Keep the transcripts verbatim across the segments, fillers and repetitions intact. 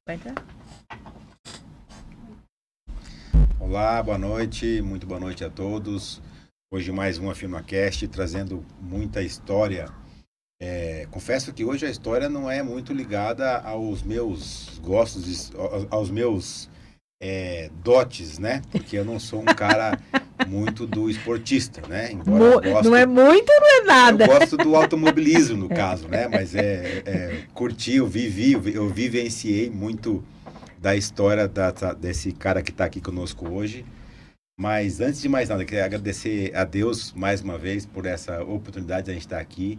Vai dar. Olá, boa noite, muito boa noite a todos. Hoje mais uma FirmaCast trazendo muita história. É, confesso que hoje a história não é muito ligada aos meus gostos, aos meus é, dotes, né? Porque eu não sou um cara muito do esportista, né? Embora eu gosto, não é muito, não é nada. Eu gosto do automobilismo, no caso, né? Mas é, é curti, eu vivi, eu vivenciei muito da história da, desse cara que está aqui conosco hoje. Mas antes de mais nada, eu queria agradecer a Deus mais uma vez por essa oportunidade de a gente estar aqui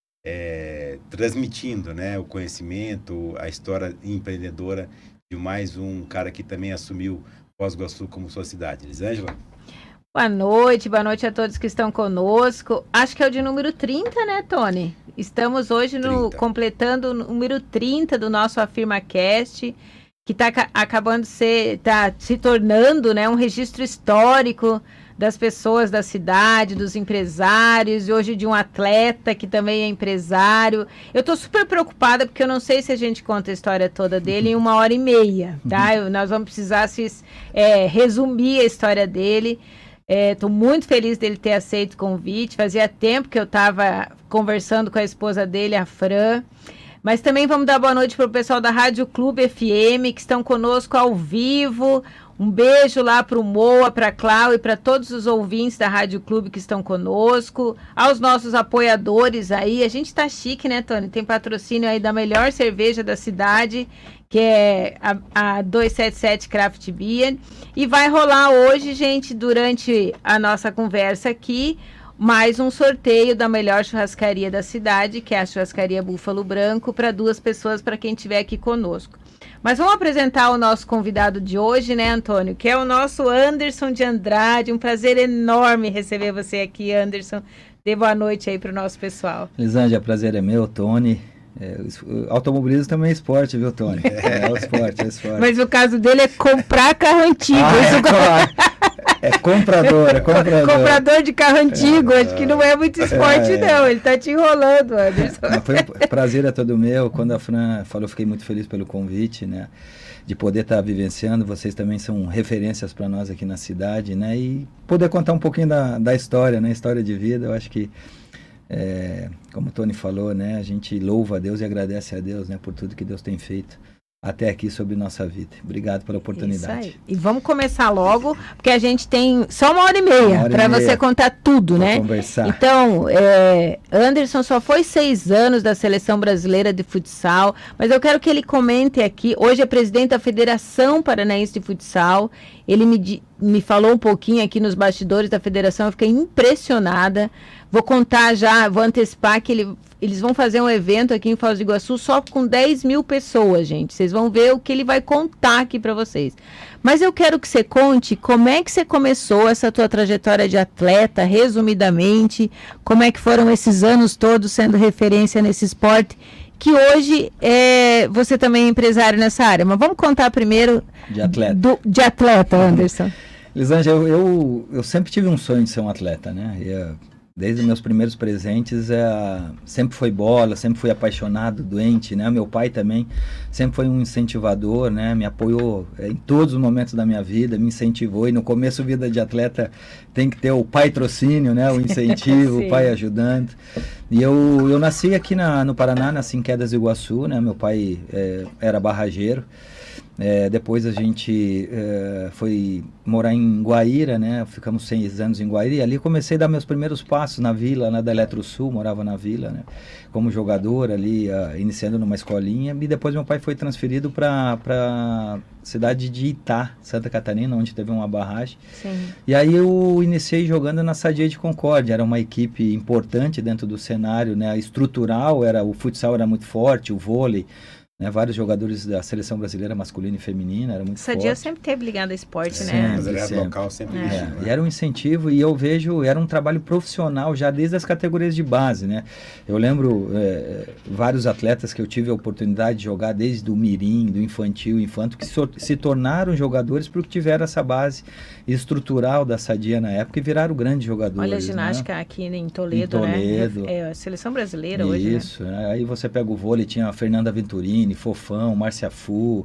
é, transmitindo, né, o conhecimento, a história empreendedora de mais um cara que também assumiu Foz do Iguaçu como sua cidade. Elisângela? Boa noite, boa noite a todos que estão conosco. Acho que é o de número trinta, né, Tony? Estamos hoje no, completando o número trinta do nosso AfirmaCast, que está acabando de ser, tá se tornando, né, um registro histórico das pessoas da cidade, dos empresários, e hoje de um atleta que também é empresário. Eu estou super preocupada, porque eu não sei se a gente conta a história toda dele em uma hora e meia, tá? Eu, nós vamos precisar se, é, resumir a história dele. Estou é, muito feliz dele ter aceito o convite. Fazia tempo que eu estava conversando com a esposa dele, a Fran. Mas também vamos dar boa noite para o pessoal da Rádio Clube F M, que estão conosco ao vivo. Um beijo lá para o Moa, para a Clau e para todos os ouvintes da Rádio Clube que estão conosco. Aos nossos apoiadores aí. A gente está chique, né, Tony? Tem patrocínio aí da melhor cerveja da cidade, que é a, a duzentos e setenta e sete Craft Beer. E vai rolar hoje, gente, durante a nossa conversa aqui, mais um sorteio da melhor churrascaria da cidade, que é a churrascaria Búfalo Branco, para duas pessoas, para quem estiver aqui conosco. Mas vamos apresentar o nosso convidado de hoje, né, Antônio? Que é o nosso Anderson de Andrade. Um prazer enorme receber você aqui, Anderson. Dê boa noite aí para o nosso pessoal. Elisângela, prazer é meu, Tony. É, o automobilismo também é esporte, viu, Tony? É, é o esporte, é o esporte. Mas o caso dele é comprar carro antigo. Ah, Isso... é, claro. É comprador, é comprador. Comprador de carro antigo, é, acho que não é muito esporte, é, não. Ele tá te enrolando, Anderson. Não, foi um prazer é todo meu. Quando a Fran falou, eu fiquei muito feliz pelo convite, né? De poder estar vivenciando. Vocês também são referências para nós aqui na cidade, né? E poder contar um pouquinho da, da história, né? História de vida. Eu acho que, é, como o Tony falou, né? A gente louva a Deus e agradece a Deus, né? Por tudo que Deus tem feito até aqui sobre nossa vida. Obrigado pela oportunidade. Isso aí. E vamos começar logo, porque a gente tem só uma hora e meia para você contar tudo, né? Conversar. Então, é, Anderson só foi seis anos da Seleção Brasileira de Futsal, mas eu quero que ele comente aqui. Hoje é presidente da Federação Paranaense de Futsal. Ele me, me falou um pouquinho aqui nos bastidores da federação, eu fiquei impressionada. Vou contar já, vou antecipar que ele, eles vão fazer um evento aqui em Foz do Iguaçu só com dez mil pessoas, gente. Vocês vão ver o que ele vai contar aqui para vocês. Mas eu quero que você conte como é que você começou essa tua trajetória de atleta, resumidamente, como é que foram esses anos todos sendo referência nesse esporte, que hoje é, você também é empresário nessa área. Mas vamos contar primeiro de atleta, do, de atleta, Anderson. Elisângela, eu, eu, eu sempre tive um sonho de ser um atleta, né? E, desde os meus primeiros presentes, é, sempre foi bola, sempre fui apaixonado, doente, né? Meu pai também sempre foi um incentivador, né? Me apoiou é, em todos os momentos da minha vida, me incentivou. E no começo, vida de atleta tem que ter o patrocínio, né? O incentivo, o pai ajudando. E eu, eu nasci aqui na, no Paraná, nasci em Quedas do Iguaçu, né? Meu pai é, era barrageiro. É, depois a gente é, foi morar em Guaíra, né? Ficamos seis anos em Guaíra e ali comecei a dar meus primeiros passos na vila, né? Da Eletrosul, morava na vila, né? Como jogador ali, uh, iniciando numa escolinha. E depois meu pai foi transferido para a cidade de Itá, Santa Catarina, onde teve uma barragem. Sim. E aí eu iniciei jogando na Sadia de Concórdia. Era uma equipe importante dentro do cenário, né? Estrutural, era, o futsal era muito forte, o vôlei. Né, vários jogadores da seleção brasileira masculina e feminina, era muito Sadia forte. sempre teve ligado a esporte, sempre, né? Mas ele era sempre. local, sempre é. existiu, É, né? e era um incentivo, e eu vejo, era um trabalho profissional já desde as categorias de base, né? Eu lembro é, vários atletas que eu tive a oportunidade de jogar desde o mirim, do infantil, infanto, que so, se tornaram jogadores porque tiveram essa base estrutural da Sadia na época e viraram grandes jogadores. Olha a ginástica, né? Aqui em Toledo, em Toledo, né? É a seleção brasileira isso, hoje, né? Isso, né? Aí você pega o vôlei, tinha a Fernanda Venturini, Fofão, Márcia Fu,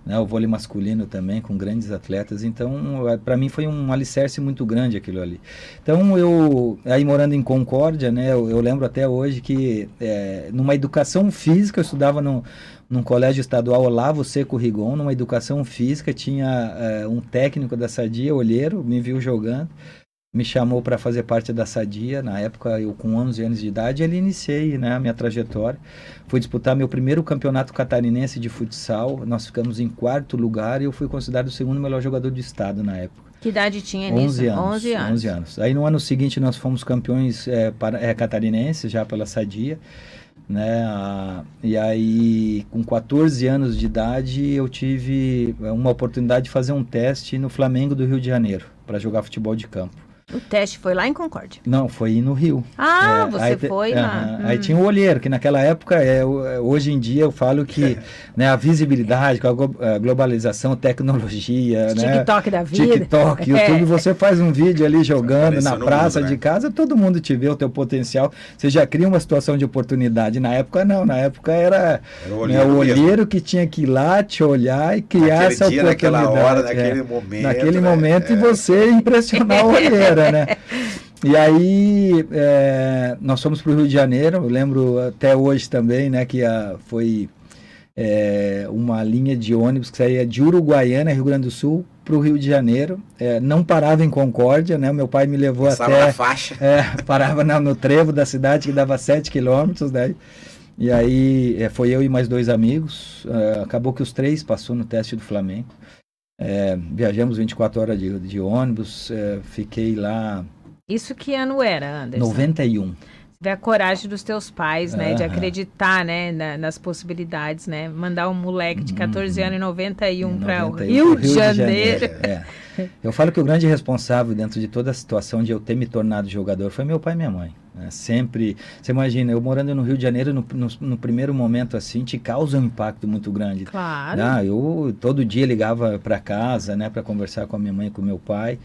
né? O vôlei masculino também, com grandes atletas. Então, para mim foi um alicerce muito grande aquilo ali. Então, eu, aí morando em Concórdia, né? Eu, eu lembro até hoje que, é, numa educação física, eu estudava no, num colégio estadual Olavo Seco Rigon, numa educação física, tinha é, um técnico da Sadia, olheiro, me viu jogando, me chamou para fazer parte da Sadia. Na época, eu com onze anos de idade, ele iniciei, né, a minha trajetória. Fui disputar meu primeiro campeonato catarinense de futsal. Nós ficamos em quarto lugar e eu fui considerado o segundo melhor jogador do estado na época. Que idade tinha onze nisso? Anos, onze anos. onze anos. Aí no ano seguinte nós fomos campeões é, para, é, catarinenses, já pela Sadia. Né? Ah, e aí, com quatorze anos de idade, eu tive uma oportunidade de fazer um teste no Flamengo do Rio de Janeiro, para jogar futebol de campo. O teste foi lá em Concórdia? Não, foi no Rio. Ah, é, você te, foi uh, lá. Uh, aí hum. tinha o olheiro, que naquela época, é, hoje em dia eu falo que né, a visibilidade, com a globalização, tecnologia, TikTok né, da vida. TikTok, YouTube, é. Você faz um vídeo ali jogando na praça mundo, de né? casa, todo mundo te vê o teu potencial, você já cria uma situação de oportunidade. Na época não, na época era, era o olheiro, né, o olheiro que tinha que ir lá te olhar e criar naquele essa dia, oportunidade. Naquela hora, é. naquele momento. Naquele né? momento é. e você impressionar o olheiro, né? E aí, é, nós fomos para o Rio de Janeiro. Eu lembro até hoje também, né, que a, foi é, uma linha de ônibus que saía de Uruguaiana, Rio Grande do Sul, para o Rio de Janeiro. É, não parava em Concórdia, né? Meu pai me levou Passava até... na faixa. É, parava na, no trevo da cidade, que dava sete quilômetros, né? E aí, é, foi eu e mais dois amigos. É, acabou que os três passou no teste do Flamengo. É, viajamos vinte e quatro horas de, de ônibus, é, fiquei lá... Isso que ano era, Anderson? noventa e um. Ver a coragem dos teus pais, né, Uhum. de acreditar, né, na, nas possibilidades, né, mandar um moleque de quatorze anos em noventa e um para o Rio, Rio de Janeiro. De Janeiro. É. Eu falo que o grande responsável dentro de toda a situação de eu ter me tornado jogador foi meu pai e minha mãe. Né? Sempre, você imagina, eu morando no Rio de Janeiro, no, no, no primeiro momento assim, te causa um impacto muito grande. Claro. Né? Eu todo dia ligava para casa, né, para conversar com a minha mãe e com o meu pai.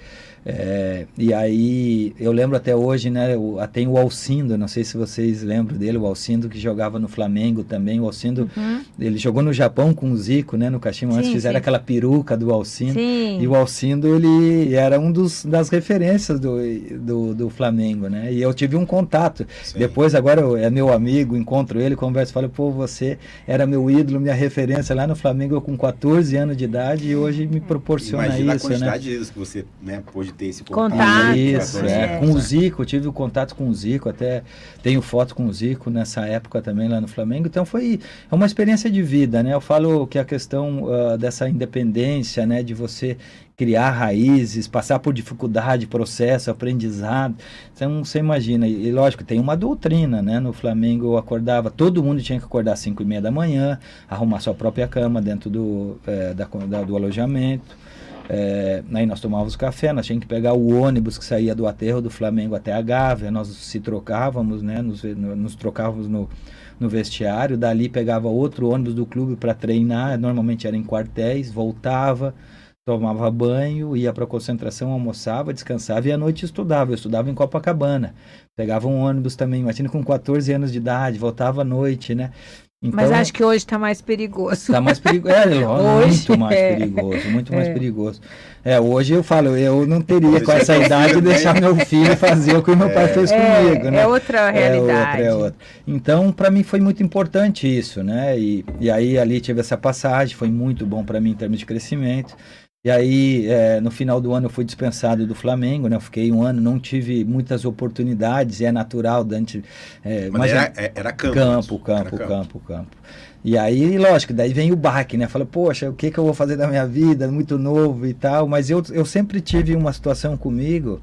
É, e aí, eu lembro até hoje, né, o, tem o Alcindo, não sei se vocês lembram dele, o Alcindo que jogava no Flamengo também. O Alcindo, uhum. ele jogou no Japão com o Zico, né, no Kashima, antes fizeram sim. aquela peruca do Alcindo. Sim. E o Alcindo, ele era um dos, das referências do, do, do Flamengo, né, e eu tive um contato. Sim. Depois, agora eu, é meu amigo, encontro ele, converso, falo, pô, você era meu ídolo, minha referência lá no Flamengo, eu com quatorze anos de idade, e hoje me proporciona Imagina isso, a quantidade né. de ídolos que você, né, pôde ter esse contato. Contato. Isso, é. É. Com o Zico, eu tive o contato com o Zico, até tenho foto com o Zico nessa época também lá no Flamengo. Então foi é uma experiência de vida, né? Eu falo que a questão uh, dessa independência, né, de você criar raízes, passar por dificuldade, processo, aprendizado. Então, você imagina, e lógico, tem uma doutrina, né? No Flamengo eu acordava, todo mundo tinha que acordar às cinco e meia da manhã, arrumar sua própria cama dentro do, é, da, da, do alojamento. É, aí nós tomávamos café, nós tínhamos que pegar o ônibus que saía do aterro do Flamengo até a Gávea, nós se trocávamos, né, nos, nos trocávamos no, no vestiário, dali pegava outro ônibus do clube para treinar, normalmente era em quartéis, voltava, tomava banho, ia para a concentração, almoçava, descansava e à noite estudava. Eu estudava em Copacabana, pegava um ônibus também, imagina com quatorze anos de idade, voltava à noite, né? Então, mas acho que hoje está mais perigoso. Está mais perigoso, é, muito mais é. perigoso, muito mais é. perigoso. É, hoje eu falo, eu não teria com essa idade deixar meu filho fazer o que o meu é. pai fez é, comigo, né? É outra realidade. É outra, é outra. Então, para mim foi muito importante isso, né? E, e aí ali tive essa passagem, foi muito bom para mim em termos de crescimento. E aí, é, no final do ano eu fui dispensado do Flamengo, né? Eu fiquei um ano, não tive muitas oportunidades, e é natural, Dante. É, mas, mas era, é, era campo. Campo, campo, era campo, campo, campo. E aí, lógico, daí vem o baque, né? Fala, poxa, o que que eu vou fazer da minha vida? Muito novo e tal. Mas eu, eu sempre tive uma situação comigo,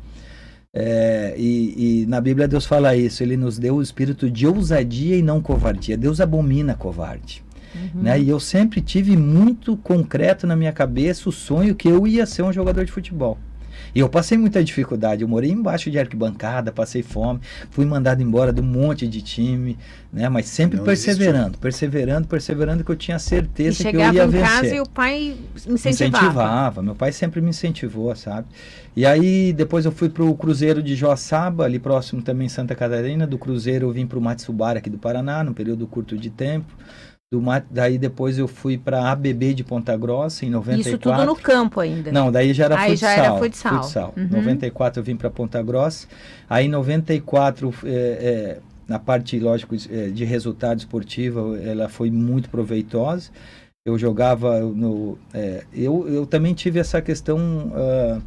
é, e, e na Bíblia Deus fala isso, Ele nos deu o espírito de ousadia e não covardia. Deus abomina covarde. Uhum. Né? E eu sempre tive muito concreto na minha cabeça o sonho que eu ia ser um jogador de futebol. E eu passei muita dificuldade, eu morei embaixo de arquibancada, passei fome, fui mandado embora de um monte de time, né? Mas sempre Não perseverando, existiu. perseverando, perseverando, que eu tinha certeza que eu ia vencer. Chegava em casa e o pai incentivava. Incentivava, meu pai sempre me incentivou, sabe? E aí depois eu fui para o Cruzeiro de Joaçaba, ali próximo também em Santa Catarina. Do Cruzeiro eu vim para o Matsubara aqui do Paraná, num período curto de tempo. Do, daí depois eu fui para a B B de Ponta Grossa em noventa e quatro. Isso tudo no campo ainda? Não, daí já era aí futsal. já era futsal. futsal. Em uhum. noventa e quatro eu vim para Ponta Grossa. Aí em noventa e quatro, é, é, na parte, lógico, de resultado esportivo, ela foi muito proveitosa. Eu jogava no... É, eu, eu também tive essa questão... Uh,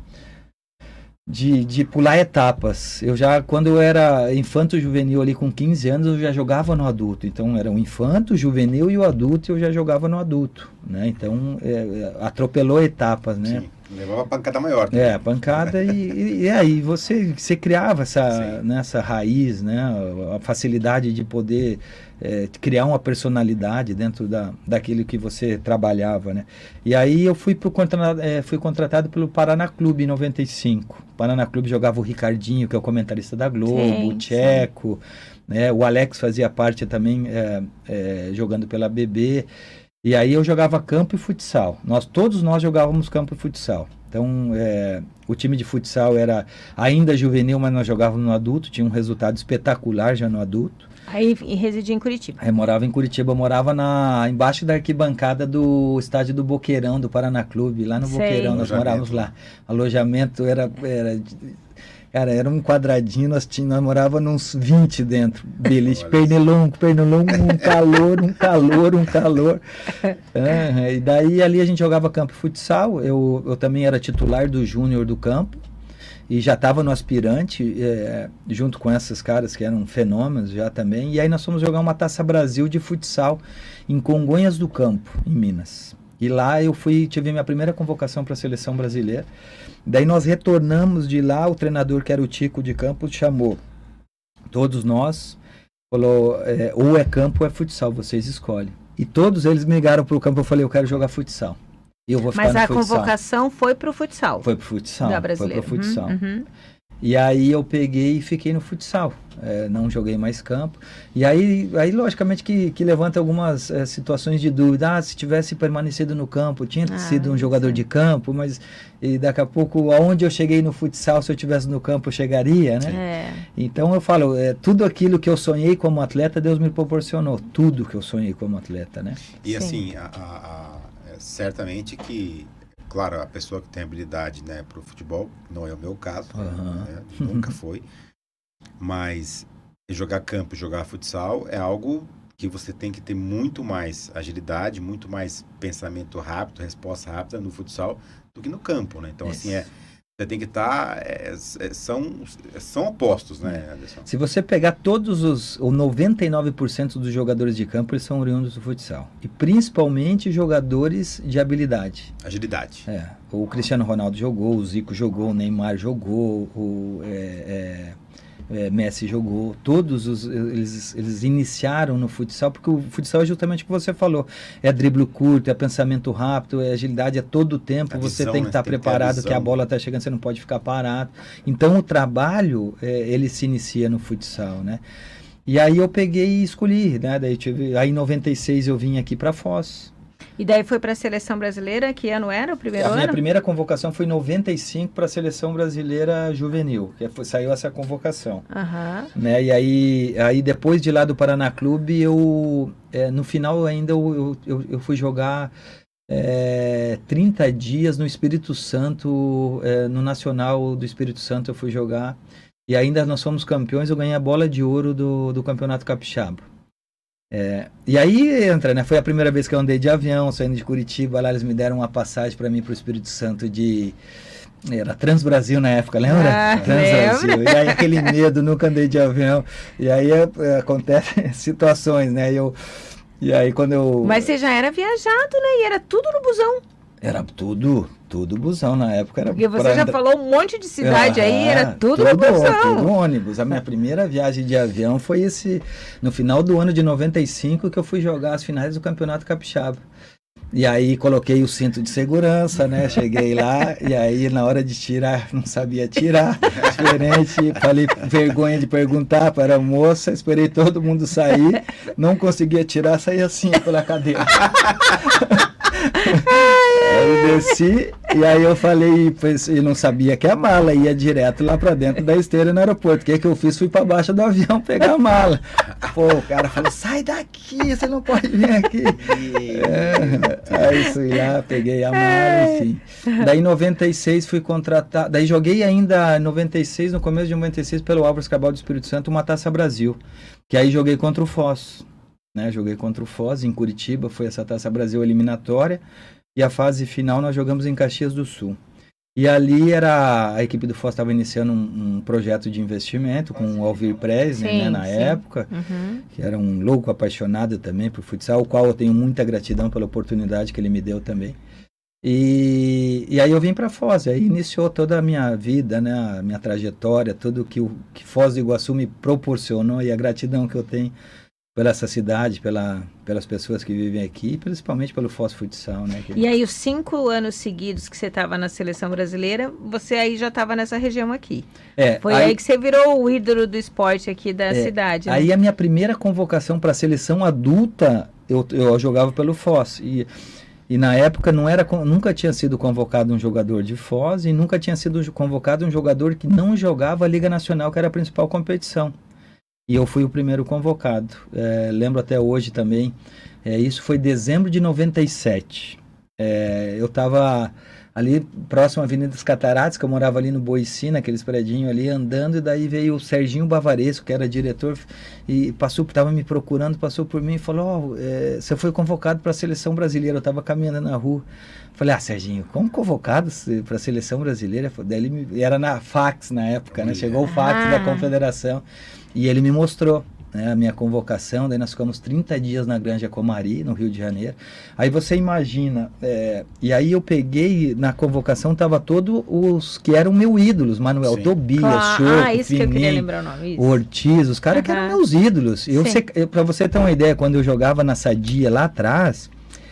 De, de pular etapas. Eu já, quando eu era infanto juvenil ali com quinze anos, eu já jogava no adulto. Então era o infanto, o juvenil e o adulto, eu já jogava no adulto, né? Então é, atropelou etapas, né? Sim, levava a pancada maior. Também. É, a pancada e, e, e aí você, você criava essa, né, essa raiz, né? A facilidade de poder é, criar uma personalidade dentro da, daquilo que você trabalhava, né? E aí eu fui, pro, é, fui contratado pelo Paraná Clube em noventa e cinco. O Paraná Clube jogava o Ricardinho, que é o comentarista da Globo, sim, o Tcheco, né? O Alex fazia parte também é, é, jogando pela B B. E aí eu jogava campo e futsal. Nós, todos nós jogávamos campo e futsal. Então, é, o time de futsal era ainda juvenil, mas nós jogávamos no adulto. Tinha um resultado espetacular já no adulto. Aí residia em Curitiba. Aí morava em Curitiba. Eu morava na, embaixo da arquibancada do estádio do Boqueirão, do Paraná Clube. Lá no Sei. Boqueirão, nós morávamos lá. Alojamento era... era Cara, era um quadradinho, nós, tínhamos, nós morávamos uns vinte dentro. Beliche, pernilongo, pernilongo, um calor, um calor, um calor. Ah, e daí ali a gente jogava campo e futsal. Eu, eu também era titular do júnior do campo. E já estava no aspirante, é, junto com esses caras que eram fenômenos já também. E aí nós fomos jogar uma Taça Brasil de futsal em Congonhas do Campo, em Minas. E lá eu fui, tive minha primeira convocação para a seleção brasileira. Daí nós retornamos de lá, o treinador que era o Tico de Campos chamou todos nós, falou, é, ou é campo ou é futsal, vocês escolhem. E todos eles migraram para o campo, eu falei, eu quero jogar futsal. E eu vou ficar Mas no a futsal. Convocação foi para o futsal? Foi para o futsal, da brasileira. foi para o futsal. Uhum, uhum. E aí eu peguei e fiquei no futsal, é, não joguei mais campo. E aí, aí logicamente, que, que levanta algumas é, situações de dúvida. Ah, se tivesse permanecido no campo, tinha ah, sido um jogador sim. de campo, mas e daqui a pouco, aonde eu cheguei no futsal, se eu tivesse no campo, eu chegaria, né? É. Então eu falo, é, tudo aquilo que eu sonhei como atleta, Deus me proporcionou. Tudo que eu sonhei como atleta, né? E sim. assim, a, a, a, certamente que... Claro, a pessoa que tem habilidade, né, para o futebol, não é o meu caso, uhum. né, nunca foi, mas jogar campo, jogar futsal é algo que você tem que ter muito mais agilidade, muito mais pensamento rápido, resposta rápida no futsal do que no campo, né? Então, Isso. assim, é, você tem que estar... É, é, são, são opostos, né, Anderson? Se você pegar todos os... ou noventa e nove por cento dos jogadores de campo, eles são oriundos do futsal. E principalmente jogadores de habilidade. Agilidade. É. O Cristiano Ronaldo jogou, o Zico jogou, o Neymar jogou, o... É, é, É, Messi jogou, todos os, eles, eles iniciaram no futsal, porque o futsal é justamente o que você falou, é drible curto, é pensamento rápido, é agilidade, é todo o tempo, a você visão, tem que estar né? preparado, que, que a bola está chegando, você não pode ficar parado. Então o trabalho, é, ele se inicia no futsal, né? E aí eu peguei e escolhi, né? Daí tive, aí em noventa e seis eu vim aqui para Foz. E daí foi para a seleção brasileira, que ano era o primeiro a ano? A minha primeira convocação foi em noventa e cinco para a seleção brasileira juvenil, que foi, saiu essa convocação. Uhum. Né? E aí, aí depois de lá do Paraná Clube, eu, é, no final ainda eu, eu, eu fui jogar é, trinta dias no Espírito Santo, é, no Nacional do Espírito Santo eu fui jogar. E ainda nós fomos campeões, eu ganhei a bola de ouro do, do Campeonato Capixaba. É, e aí entra, né? Foi a primeira vez que eu andei de avião, saindo de Curitiba, lá eles me deram uma passagem para mim para o Espírito Santo de... Era Transbrasil na época, lembra? Ah, Transbrasil. lembra? E aí aquele medo, nunca andei de avião. E aí é, é, acontecem situações, né? E, eu, e aí quando eu... Mas você já era viajado, né? E era tudo no busão. Era tudo, tudo busão na época. Era Porque você já andar... falou um monte de cidade ah, aí, era tudo, tudo no busão. Tudo ônibus. A minha primeira viagem de avião foi esse, no final do ano de noventa e cinco, que eu fui jogar as finais do Campeonato Capixaba. E aí coloquei o cinto de segurança, né? Cheguei lá e aí na hora de tirar, não sabia tirar. Diferente, falei vergonha de perguntar para a moça, esperei todo mundo sair, não conseguia tirar, saí assim pela cadeira. Aí eu desci, e aí eu falei, pois, eu não sabia que a mala ia direto lá pra dentro da esteira no aeroporto. O que que eu fiz? Fui pra baixo do avião pegar a mala. Pô, o cara falou, sai daqui, você não pode vir aqui. É, aí fui lá, peguei a mala, enfim. Daí em noventa e seis fui contratado, daí joguei ainda em noventa e seis, no começo de noventa e seis, pelo Álvares Cabral do Espírito Santo, uma Taça Brasil, que aí joguei contra o Foz. Né, joguei contra o Foz em Curitiba, foi essa Taça Brasil eliminatória, e a fase final nós jogamos em Caxias do Sul. E ali era, a equipe do Foz estava iniciando um, um projeto de investimento com o Alvir Presner, sim, né, na sim. época, uhum. que era um louco apaixonado também por futsal, o qual eu tenho muita gratidão pela oportunidade que ele me deu também. E, e aí eu vim para Foz, aí iniciou toda a minha vida, né, a minha trajetória, tudo que o que Foz do Iguaçu me proporcionou e a gratidão que eu tenho pela essa cidade, pela, pelas pessoas que vivem aqui, principalmente pelo Foz Futsal, né? Que... E aí, os cinco anos seguidos que você estava na seleção brasileira, você aí já estava nessa região aqui. É, Foi aí, aí que você virou o ídolo do esporte aqui da é, cidade, né? Aí a minha primeira convocação para a seleção adulta, eu, eu jogava pelo Foz. E, e na época não era, nunca tinha sido convocado um jogador de Foz e nunca tinha sido convocado um jogador que não jogava a Liga Nacional, que era a principal competição. E eu fui o primeiro convocado. É, lembro até hoje também. É, isso foi dezembro de noventa e sete. É, eu estava ali próximo à Avenida dos Cataratas, que eu morava ali no Boici, naqueles predinhos ali, andando, e daí veio o Serginho Bavaresco, que era diretor, e passou, estava me procurando, passou por mim e falou, oh, é, você foi convocado para a seleção brasileira. Eu estava caminhando na rua. Falei, ah, Serginho, como convocado para a seleção brasileira? Daí ele me, era na fax na época, né? Chegou o fax ah. da Confederação. E ele me mostrou, né, a minha convocação. Daí nós ficamos trinta dias na Granja Comari, no Rio de Janeiro. Aí você imagina, é, e aí eu peguei, na convocação tava todos os que eram meus ídolos, Manuel Sim. Tobias, claro. Choco, ah, isso Fininho, que eu queria lembrar o nome, isso. Ortiz, os caras uhum. que eram meus ídolos. Para você ter uma ideia, quando eu jogava na Sadia lá atrás,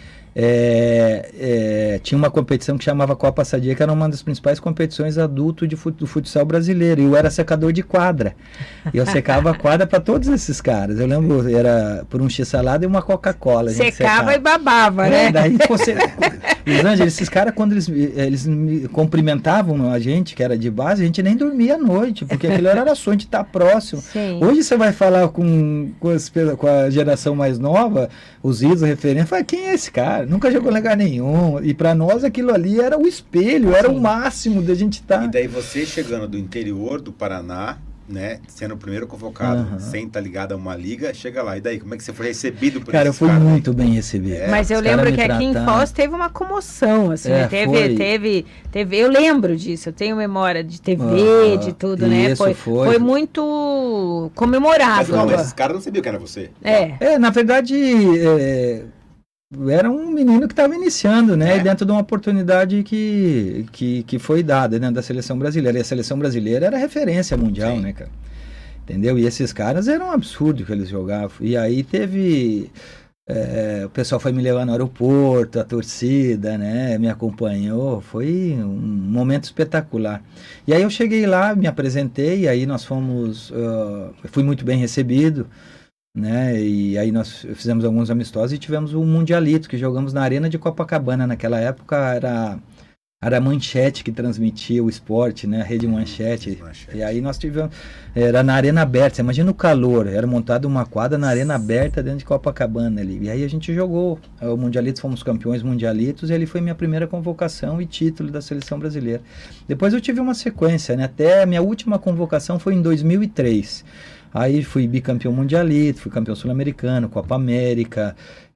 É, é, tinha uma competição que chamava Copa Sadia, que era uma das principais competições adulto de fut, do futsal brasileiro, e eu era secador de quadra, e eu secava a quadra para todos esses caras. Eu lembro, era por um x-salada e uma Coca-Cola. Secava e babava, é, né? Daí você, Elisângela, esses caras, quando eles, eles me cumprimentavam a gente, que era de base, a gente nem dormia à noite, porque aquilo era sonho de estar próximo. Sim. Hoje você vai falar com, com, as, com a geração mais nova, os ídolos, referentes, fala, quem é esse cara? Nunca jogou em lugar nenhum. E para nós aquilo ali era o espelho, era Sim. o máximo da gente estar. Tá... E daí você chegando do interior do Paraná, né, sendo o primeiro convocado, uhum. sem estar ligado a uma liga, chega lá. E daí, como é que você foi recebido por Cara, eu fui cara, muito aí? bem recebido. É. Mas eu Os lembro que aqui em Foz teve uma comoção, assim, é, teve, teve, teve, eu lembro disso, eu tenho memória de T V, uhum. de tudo, né? Foi, foi. foi muito comemorado. Mas não, esses caras não sabiam que era você. É, é na verdade... É... era um menino que estava iniciando, né? É. E dentro de uma oportunidade que, que, que foi dada dentro da seleção brasileira. E a seleção brasileira era referência mundial, Sim. né, cara? Entendeu? E esses caras eram um absurdo que eles jogavam. E aí teve... É, o pessoal foi me levar no aeroporto, a torcida, né? Me acompanhou. Foi um momento espetacular. E aí eu cheguei lá, me apresentei, e aí nós fomos... Uh, fui muito bem recebido. Né? E aí nós fizemos alguns amistosos e tivemos um Mundialito que jogamos na Arena de Copacabana. Naquela época era, era a Manchete que transmitia o esporte, né? A Rede Manchete. Manchete. E aí nós tivemos, era na Arena Aberta, você imagina o calor, era montada uma quadra na Arena Aberta dentro de Copacabana ali. E aí a gente jogou o Mundialito, fomos campeões mundialitos, e ali foi minha primeira convocação e título da seleção brasileira. Depois eu tive uma sequência, né? Até a minha última convocação foi em dois mil e três. Aí fui bicampeão mundialito, fui campeão sul-americano, Copa América,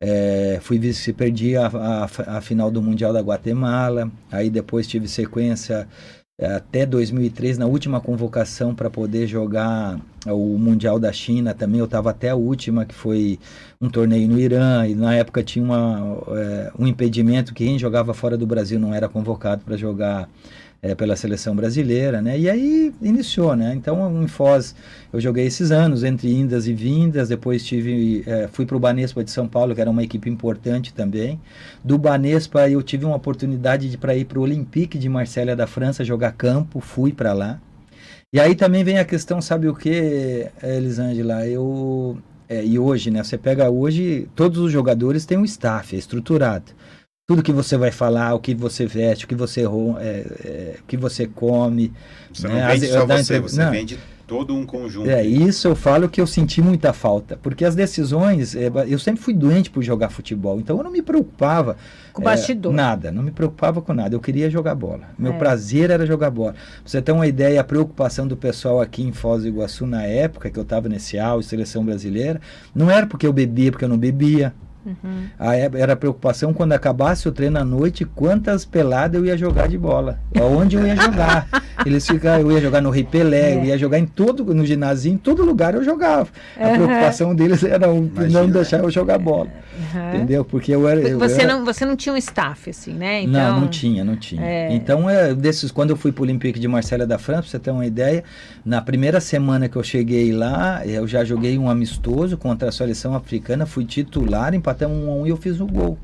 é, fui vice, perdi a, a, a final do Mundial da Guatemala, aí depois tive sequência é, até dois mil e três, na última convocação para poder jogar o Mundial da China também, eu estava até a última, que foi um torneio no Irã, e na época tinha uma, é, um impedimento que quem jogava fora do Brasil não era convocado para jogar É, pela seleção brasileira, né? E aí iniciou, né? Então em Foz eu joguei esses anos entre indas e vindas. Depois tive, é, fui para o Banespa de São Paulo, que era uma equipe importante também. Do Banespa eu tive uma oportunidade de para ir para o Olympique de Marselha da França jogar campo, fui para lá. E aí também vem a questão, sabe o que, Elisângela? Eu é, e hoje, né? Você pega hoje, todos os jogadores têm um staff, é estruturado. Tudo que você vai falar, o que você veste, o que você, é, é, o que você come. Você né? não vende As, só você, entre... você não. vende todo um conjunto. É, isso eu falo que eu senti muita falta, porque as decisões, é, eu sempre fui doente por jogar futebol, então eu não me preocupava com o bastidor. É, nada, não me preocupava com nada, eu queria jogar bola. Meu é. prazer era jogar bola. Pra você ter uma ideia, a preocupação do pessoal aqui em Foz do Iguaçu, na época que eu estava nesse auge, seleção brasileira, não era porque eu bebia, porque eu não bebia. Uhum. A, era a preocupação quando acabasse o treino à noite, quantas peladas eu ia jogar de bola, aonde eu ia jogar. Eles ficavam, eu ia jogar no Rei Pelé, é. eu ia jogar em todo, no ginásio, em todo lugar eu jogava. A uhum. preocupação deles era Imagina. não deixar eu jogar bola. Uhum. Entendeu? Porque eu era. Eu você, era... Não, você não tinha um staff, assim, né? Então... Não, não tinha, não tinha. É... Então, é, desses, quando eu fui para o Olympique de Marselha da França, pra você ter uma ideia, na primeira semana que eu cheguei lá, eu já joguei um amistoso contra a seleção africana, fui titular, empatamos um a um e eu fiz um gol.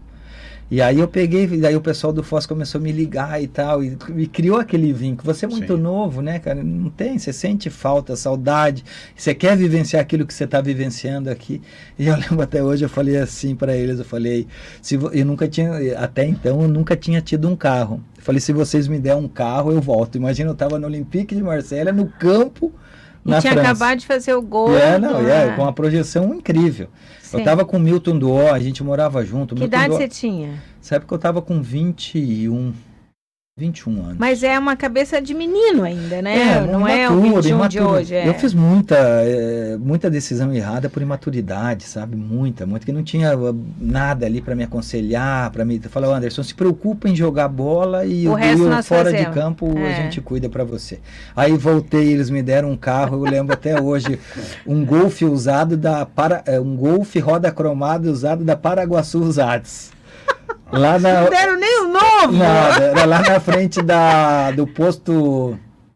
E aí eu peguei, daí o pessoal do Foz começou a me ligar e tal, e, e criou aquele vínculo. Você é muito Sim. novo, né, cara? Não tem, você sente falta, saudade, você quer vivenciar aquilo que você está vivenciando aqui. E eu lembro até hoje, eu falei assim para eles, eu falei, se eu nunca tinha, até então, eu nunca tinha tido um carro. Eu falei, se vocês me derem um carro, eu volto. Imagina, eu estava no Olympique de Marselha, no campo, na e tinha França. acabado de fazer o gol. É, não, é, com uma projeção incrível. Sim. Eu tava com o Milton Duó, a gente morava junto. Que Milton idade Duó, você tinha? Nessa época eu tava com vinte e um, vinte e um anos. Mas é uma cabeça de menino ainda, né? É, não imaturo, é o vinte e um imaturo. de hoje. É. Eu fiz muita, é, muita decisão errada por imaturidade, sabe? Muita, muito, que não tinha nada ali para me aconselhar, para me falar, Anderson, se preocupa em jogar bola e o, o, resto o fora fazemos. de campo é. a gente cuida para você. Aí voltei, eles me deram um carro, eu lembro até hoje, um Golf usado da para, um Golf roda cromada usado da Paraguaçu Usados. Lá na... Não deram nem o novo! Nada, era lá na frente da, do posto.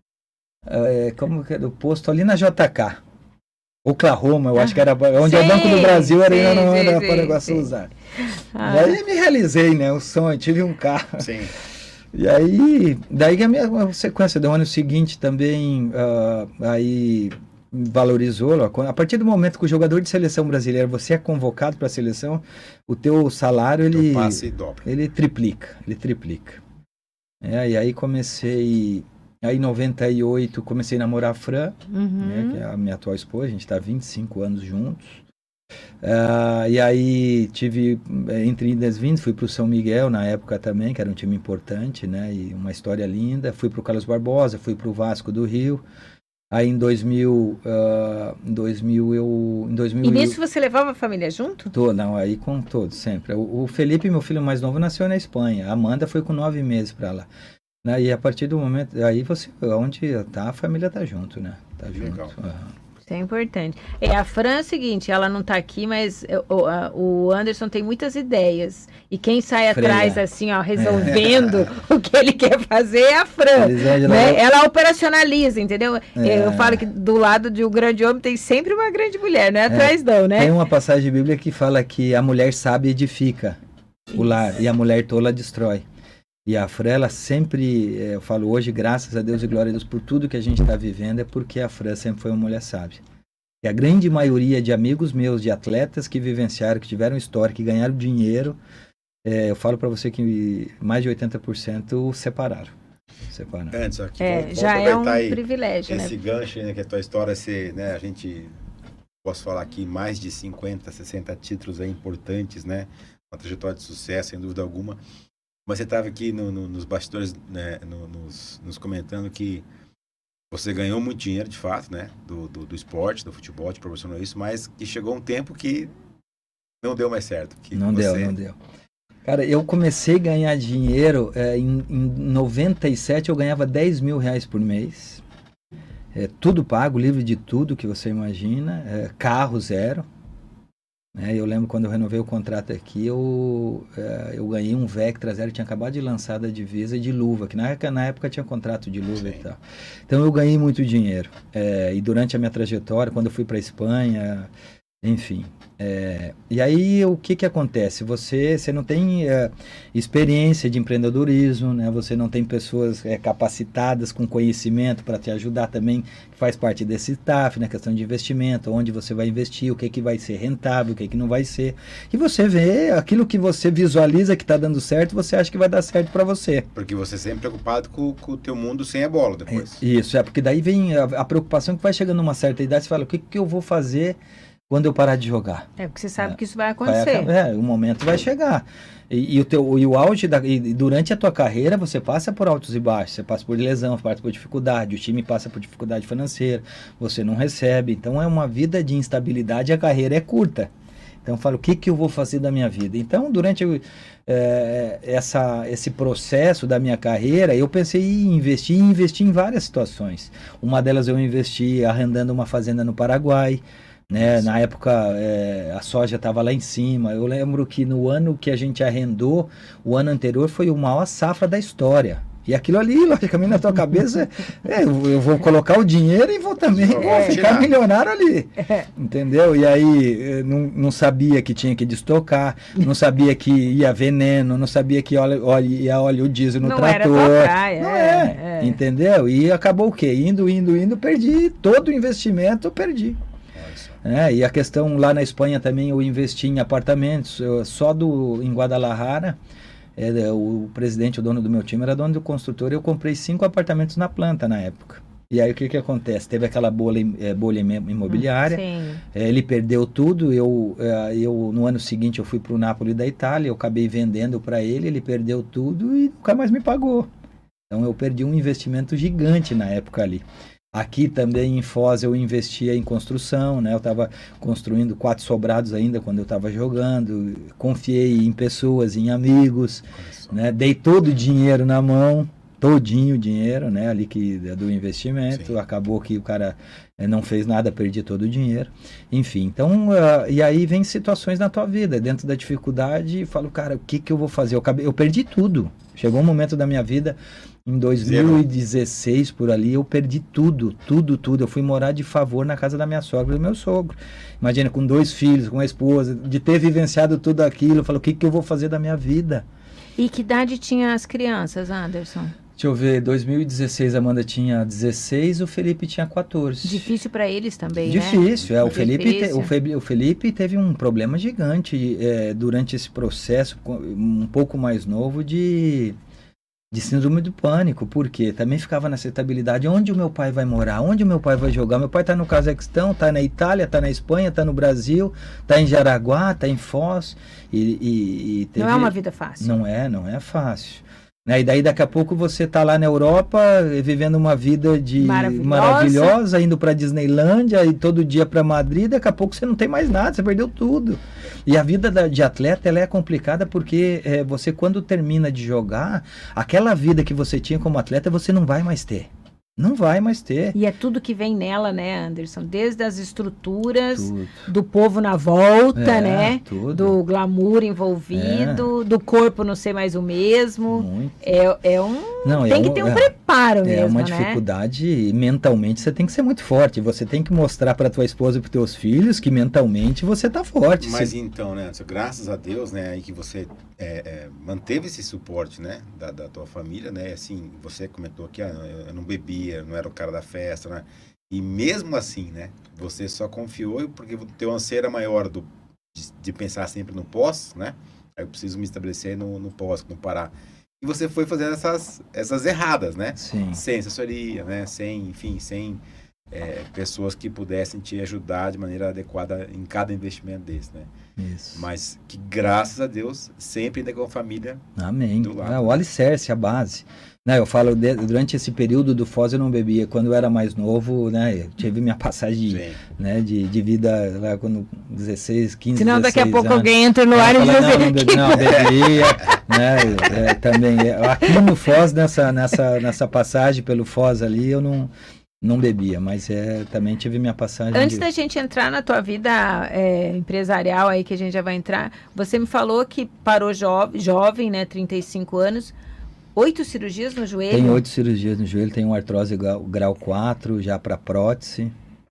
É, como que é? Do posto ali na J K. Oklahoma, eu acho que era. Onde sim, é o Banco do Brasil, era, sim, não era para Paraguaçu usar. Ah. Daí me realizei, né? O sonho, tive um carro. Sim. E aí, daí a minha sequência do ano seguinte também, uh, aí valorizou, a partir do momento que o jogador de seleção brasileira, você é convocado para a seleção, o teu salário, ele, ele triplica, ele triplica. É, e aí comecei, aí em noventa e oito, comecei a namorar a Fran, uhum. né, que é a minha atual esposa, a gente está há vinte e cinco anos juntos. Uh, e aí tive, entre idas e vindas, fui para o São Miguel na época também, que era um time importante, né, e uma história linda. Fui para o Carlos Barbosa, fui para o Vasco do Rio. Aí em dois mil, uh, em dois mil eu... Em dois mil e nisso eu, você levava a família junto? Tô, não, aí com todos, sempre. O, o Felipe, meu filho mais novo, nasceu na Espanha. A Amanda foi com nove meses para lá. Né? E a partir do momento... Aí você, onde tá, a família tá junto, né? Tá junto. Legal. Uhum. Isso é importante. É, a Fran é o seguinte, ela não está aqui, mas o, a, o Anderson tem muitas ideias. E quem sai Freia. atrás, assim, ó, resolvendo é. o que ele quer fazer é a Fran. Né? Ela operacionaliza, entendeu? É. Eu falo que do lado de um grande homem tem sempre uma grande mulher, não é atrás é. não, né? Tem uma passagem bíblica que fala que a mulher sábia edifica Isso. o lar e a mulher tola destrói. E a Fran, ela sempre, eu falo hoje, graças a Deus e glória a Deus por tudo que a gente está vivendo, é porque a Fran sempre foi uma mulher sábia. E a grande maioria de amigos meus, de atletas que vivenciaram, que tiveram história, que ganharam dinheiro, é, eu falo para você que mais de oitenta por cento separaram. separaram. Antes, aqui, é, vamos, já vamos é um aí privilégio, esse né? gancho, né, que a tua história, se, né, a gente, posso falar aqui, mais de cinquenta, sessenta títulos aí importantes, né? Uma trajetória de sucesso, sem dúvida alguma. Mas você estava aqui no, no, nos bastidores, né, no, nos, nos comentando que você ganhou muito dinheiro, de fato, né? Do, do, do esporte, do futebol, te proporcionou isso, mas que chegou um tempo que não deu mais certo. Que não você... deu, não deu. Cara, eu comecei a ganhar dinheiro, é, em, em noventa e sete eu ganhava dez mil reais por mês. É, tudo pago, livre de tudo que você imagina. É, carro zero. É, eu lembro quando eu renovei o contrato aqui, eu, é, eu ganhei um Vectra zero, tinha acabado de lançar da divisa de luva, que na época, na época tinha contrato de luva Sim. e tal. Então eu ganhei muito dinheiro. É, e durante a minha trajetória, quando eu fui para a Espanha, enfim. É, e aí o que que acontece? Você, você não tem é, experiência de empreendedorismo, né? Você não tem pessoas é, capacitadas com conhecimento para te ajudar também, que faz parte desse staff, na questão de investimento, onde você vai investir, o que que vai ser rentável, o que que não vai ser. E você vê aquilo que você visualiza que está dando certo, você acha que vai dar certo para você. Porque você sempre preocupado com, com o teu mundo sem a bola depois. É, isso, é porque daí vem a, a preocupação que vai chegando numa certa idade, você fala, o que que eu vou fazer quando eu parar de jogar? É, porque você sabe é. que isso vai acontecer. Vai, é, o momento vai chegar. E, e, o, teu, e o auge, da, e durante a tua carreira, você passa por altos e baixos, você passa por lesão, passa por dificuldade, o time passa por dificuldade financeira, você não recebe. Então é uma vida de instabilidade, a carreira é curta. Então eu falo, o que, que eu vou fazer da minha vida? Então, durante é, essa, esse processo da minha carreira, eu pensei em investir, e investir em várias situações. Uma delas eu investi arrendando uma fazenda no Paraguai. Né? Na época é, a soja estava lá em cima. Eu lembro que no ano que a gente arrendou, o ano anterior foi a maior safra da história. E aquilo ali, logicamente, na tua cabeça, é, eu, eu vou colocar o dinheiro e vou também vou ficar tirar. milionário ali. É. Entendeu? E aí não, não sabia que tinha que destocar, não sabia que ia veneno, não sabia que óleo, óleo, ia óleo diesel no não trator. Era tua praia, não é, é, é. Entendeu? E acabou o quê? Indo, indo, indo, perdi. Todo o investimento eu perdi. É, e a questão lá na Espanha também, eu investi em apartamentos, eu, só do, em Guadalajara, é, o presidente, o dono do meu time era dono do construtor, eu comprei cinco apartamentos na planta na época. E aí o que que acontece? Teve aquela bolha, é, bolha imobiliária, é, ele perdeu tudo, eu, é, eu no ano seguinte eu fui para o Napoli da Itália, eu acabei vendendo para ele, ele perdeu tudo e nunca mais me pagou. Então eu perdi um investimento gigante na época ali. Aqui também em Foz eu investia em construção, né? Eu estava construindo quatro sobrados ainda quando eu estava jogando, confiei em pessoas, em amigos, né? Dei todo o dinheiro na mão, todinho o dinheiro, né? Ali que do investimento, Sim. acabou que o cara é, não fez nada, perdi todo o dinheiro, enfim. Então, uh, e aí vem situações na tua vida, dentro da dificuldade, e falo, cara, o que que eu vou fazer? Eu, acabei, eu perdi tudo. Chegou um momento da minha vida, em dois mil e dezesseis, por ali, eu perdi tudo, tudo, tudo. Eu fui morar de favor na casa da minha sogra e do meu sogro. Imagina, com dois filhos, com uma esposa, de ter vivenciado tudo aquilo. Eu falo, o que, que eu vou fazer da minha vida? E que idade tinha as crianças, Anderson? Deixa eu ver, dois mil e dezesseis a Amanda tinha dezesseis, o Felipe tinha quatorze. Difícil para eles também, Difícil, né? Difícil, é. O Felipe, te, o, Fe, o Felipe teve um problema gigante é, durante esse processo, um pouco mais novo, de, de síndrome do pânico. Por quê? Também ficava nessa estabilidade. Onde o meu pai vai morar? Onde o meu pai vai jogar? Meu pai está no Cazaquistão, está na Itália, está na Espanha, está no Brasil, está em Jaraguá, está em Foz. E, e, e teve... Não é uma vida fácil. Não é, não é fácil. Né? E daí daqui a pouco você está lá na Europa vivendo uma vida de maravilhosa, maravilhosa indo para Disneylândia e todo dia para Madrid, daqui a pouco você não tem mais nada, você perdeu tudo. E a vida da, de atleta ela é complicada porque é, você quando termina de jogar, aquela vida que você tinha como atleta você não vai mais ter. Não vai mais ter. E é tudo que vem nela, né, Anderson? Desde as estruturas, tudo. Do povo na volta, é, né? Tudo. Do glamour envolvido, é. Do corpo não ser mais o mesmo. Muito. É, é um... Não, tem é que um, ter um é, preparo mesmo, né? É uma dificuldade, né? Mentalmente você tem que ser muito forte. Você tem que mostrar para tua esposa e para teus filhos que mentalmente você tá forte. Mas você... então, né, graças a Deus, né, aí que você é, é, manteve esse suporte, né, da, da tua família, né? Assim, você comentou que ah, eu não bebi, não era o cara da festa, né? E mesmo assim, né? Você só confiou porque o teu anseio era maior do, de, de pensar sempre no pós, né? Aí eu preciso me estabelecer no, no pós, no parar. E você foi fazendo essas, essas erradas, né? Sim. Sem assessoria, né? Sem, enfim, sem é, pessoas que pudessem te ajudar de maneira adequada em cada investimento desse, né? Isso. Mas que, graças a Deus, sempre ainda com a família. Amém. Do lado. É, o alicerce, a base. Não, eu falo, de, durante esse período do Foz eu não bebia. Quando eu era mais novo, né, eu tive minha passagem de, né, de, de vida lá quando dezesseis, quinze, senão daqui a pouco anos. Alguém entra no ar e diz não, não, be, não, bebia, né, é, também. Aqui no Foz, nessa, nessa, nessa passagem pelo Foz ali, eu não... Não bebia, mas é, também tive minha passagem... Antes de... da gente entrar na tua vida é, empresarial aí, que a gente já vai entrar, você me falou que parou jo jovem, né, trinta e cinco anos, oito cirurgias no joelho? Tem oito cirurgias no joelho, tem uma artrose grau, grau quatro, já para prótese.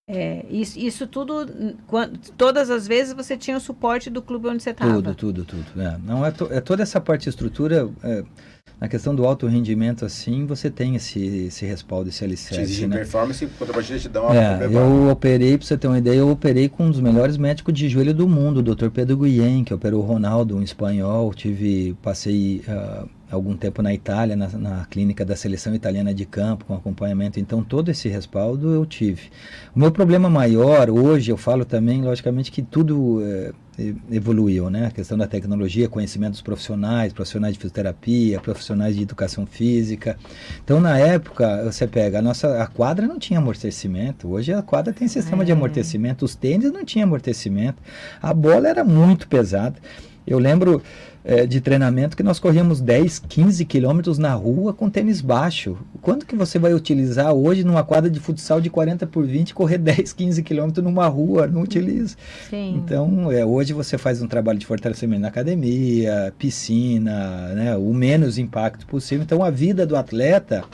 É, isso, isso tudo, quando, todas as vezes você tinha o suporte do clube onde você estava? Tudo, tudo, tudo. É, não é, to, é toda essa parte de estrutura, é, na questão do alto rendimento, assim, você tem esse, esse respaldo, esse alicerce. Te exige, né? Performance, quando a partida te dá uma é, eu operei, para você ter uma ideia, eu operei com um dos melhores médicos de joelho do mundo, o doutor Pedro Guilhem, que operou o Ronaldo, um espanhol. Tive, passei uh, algum tempo na Itália, na, na clínica da seleção italiana de campo, com acompanhamento. Então, todo esse respaldo eu tive. O meu problema maior, hoje, eu falo também, logicamente, que tudo é, evoluiu, né? A questão da tecnologia, conhecimentos profissionais, profissionais de fisioterapia, profissionais de educação física. Então, na época, você pega, a nossa a quadra não tinha amortecimento. Hoje a quadra tem sistema é. de amortecimento. Os tênis não tinham amortecimento. A bola era muito pesada. Eu lembro é, de treinamento que nós corríamos dez, quinze quilômetros na rua com tênis baixo. Quanto que você vai utilizar hoje numa quadra de futsal de quarenta por vinte, correr dez, quinze quilômetros numa rua? Não utiliza. Sim. Então, é, hoje você faz um trabalho de fortalecimento na academia, piscina, né, o menos impacto possível. Então, a vida do atleta...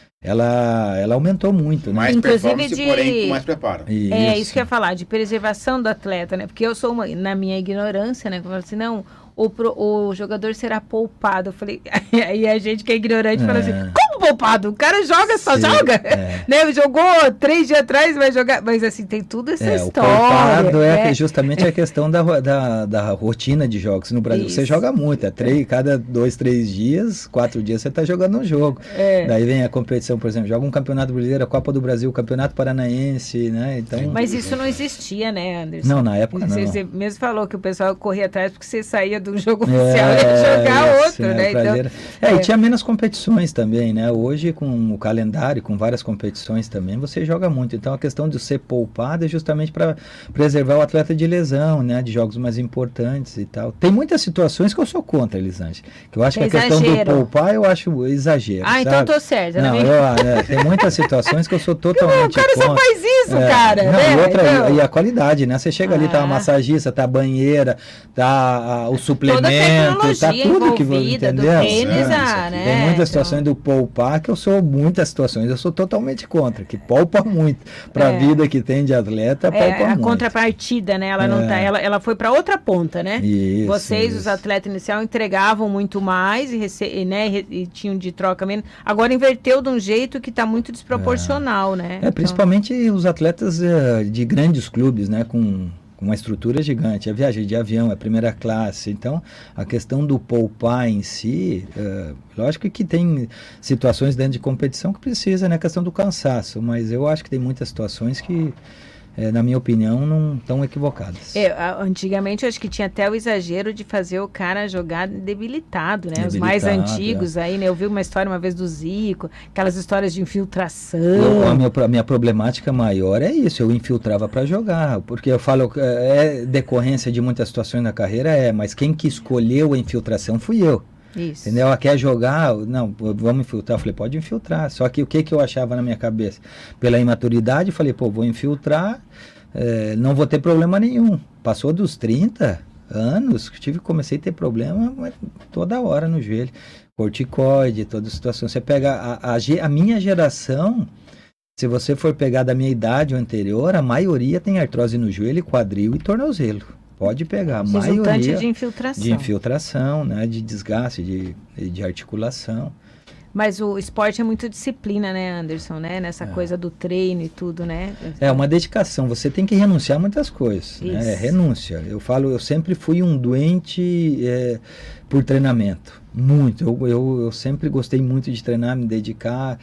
Ela, ela aumentou muito, né? Mais Inclusive performance, de... porém com mais preparo. Isso. É, isso que eu ia falar, de preservação do atleta, né? Porque eu sou, uma, na minha ignorância, né? Eu falo assim, não, o, pro, o jogador será poupado. Eu falei, aí a gente que é ignorante é. fala assim, como poupado? O cara joga, só Sim, joga. É. Né? Jogou três dias atrás, vai jogar. Mas assim, tem tudo essa é, história. O poupado é, é justamente a questão da, da, da rotina de jogos. No Brasil, isso. você joga muito. É três, cada dois, três dias, quatro dias você está jogando um jogo. É. Daí vem a competição, por exemplo, joga um campeonato brasileiro, a Copa do Brasil, o campeonato paranaense, né? Então, mas isso não existia, né, Anderson? Não, na época você, não. Você mesmo falou que o pessoal corria atrás porque você saía do jogo oficial e ia jogar isso, outro, né? Então, é, é, e tinha menos competições também, né? Hoje, com o calendário, com várias competições também, você joga muito. Então, a questão de ser poupado é justamente para preservar o atleta de lesão, né? De jogos mais importantes e tal. Tem muitas situações que eu sou contra, Elisângela. Que eu acho é que a questão do poupar, eu acho exagero. Ah, sabe? então eu tô certa. Não, eu, é, tem muitas situações que eu sou totalmente contra. O cara contra. só faz isso, é, cara. Não, né? e, outra, então... e a qualidade, né? Você chega ah. ali, tá a massagista, tá a banheira, tá a, o suplemento, tá tudo que você entendeu? Do tênis, ah, né? Tem muitas situações então... do poupar que eu sou muitas situações, eu sou totalmente contra, que poupa muito. Para a é. vida que tem de atleta, poupa é, a muito. A contrapartida, né? Ela é. não tá, ela, ela foi para outra ponta, né? Isso, Vocês, isso. os atletas inicial, entregavam muito mais e, rece... né? e tinham de troca menos. Agora inverteu de um jeito que está muito desproporcional, é. né? É, principalmente então... os atletas uh, de grandes clubes, né? Com com uma estrutura gigante, a viagem de avião, a primeira classe, então a questão do poupar em si, uh, lógico que tem situações dentro de competição que precisa, né, a questão do cansaço, mas eu acho que tem muitas situações que, é, na minha opinião, não estão equivocadas. É, antigamente eu acho que tinha até o exagero de fazer o cara jogar debilitado, né? Debilitado, os mais antigos é. aí, né? Eu vi uma história uma vez do Zico, aquelas histórias de infiltração. Eu, a, minha, a minha problemática maior é isso, eu infiltrava para jogar, porque eu falo, é decorrência de muitas situações na carreira, é, mas quem que escolheu a infiltração fui eu. Isso. Entendeu? Ela quer jogar, não, vamos infiltrar. Eu falei, pode infiltrar. Só que o que, que eu achava na minha cabeça? Pela imaturidade, eu falei, pô, vou infiltrar, é, não vou ter problema nenhum. Passou dos trinta anos, tive, comecei a ter problema toda hora no joelho. Corticoide, toda a situação. Você pega a, a, a minha geração, se você for pegar da minha idade ou anterior, a maioria tem artrose no joelho, quadril e tornozelo. Pode pegar, a maioria de infiltração. De infiltração, né, de desgaste, de, de articulação. Mas o esporte é muito disciplina, né, Anderson, né? Nessa é. coisa do treino e tudo, né? É uma dedicação, você tem que renunciar a muitas coisas, né? É renúncia. Eu falo, eu sempre fui um doente é, por treinamento, muito. Eu, eu, eu sempre gostei muito de treinar, me dedicar,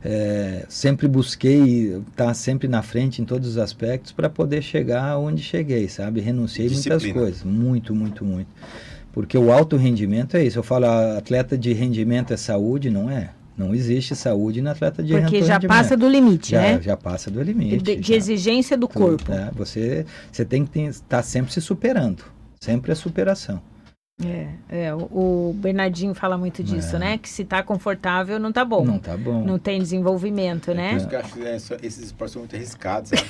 é, sempre busquei estar sempre na frente em todos os aspectos para poder chegar onde cheguei, sabe? Renunciei a muitas coisas, muito, muito, muito. Porque o alto rendimento é isso. Eu falo, atleta de rendimento é saúde, não é? Não existe saúde no atleta de rendimento. Porque já passa do limite, já, né? Já passa do limite. De, de exigência do tudo, corpo. É, você, você tem que estar sempre se superando. Sempre a superação. É, é o, o Bernardinho fala muito disso, é. né? Que se tá confortável, não tá bom. Não tá bom. Não tem desenvolvimento, é, né? Por isso que eu acho que é, só, esses esportes são muito arriscados, sabe?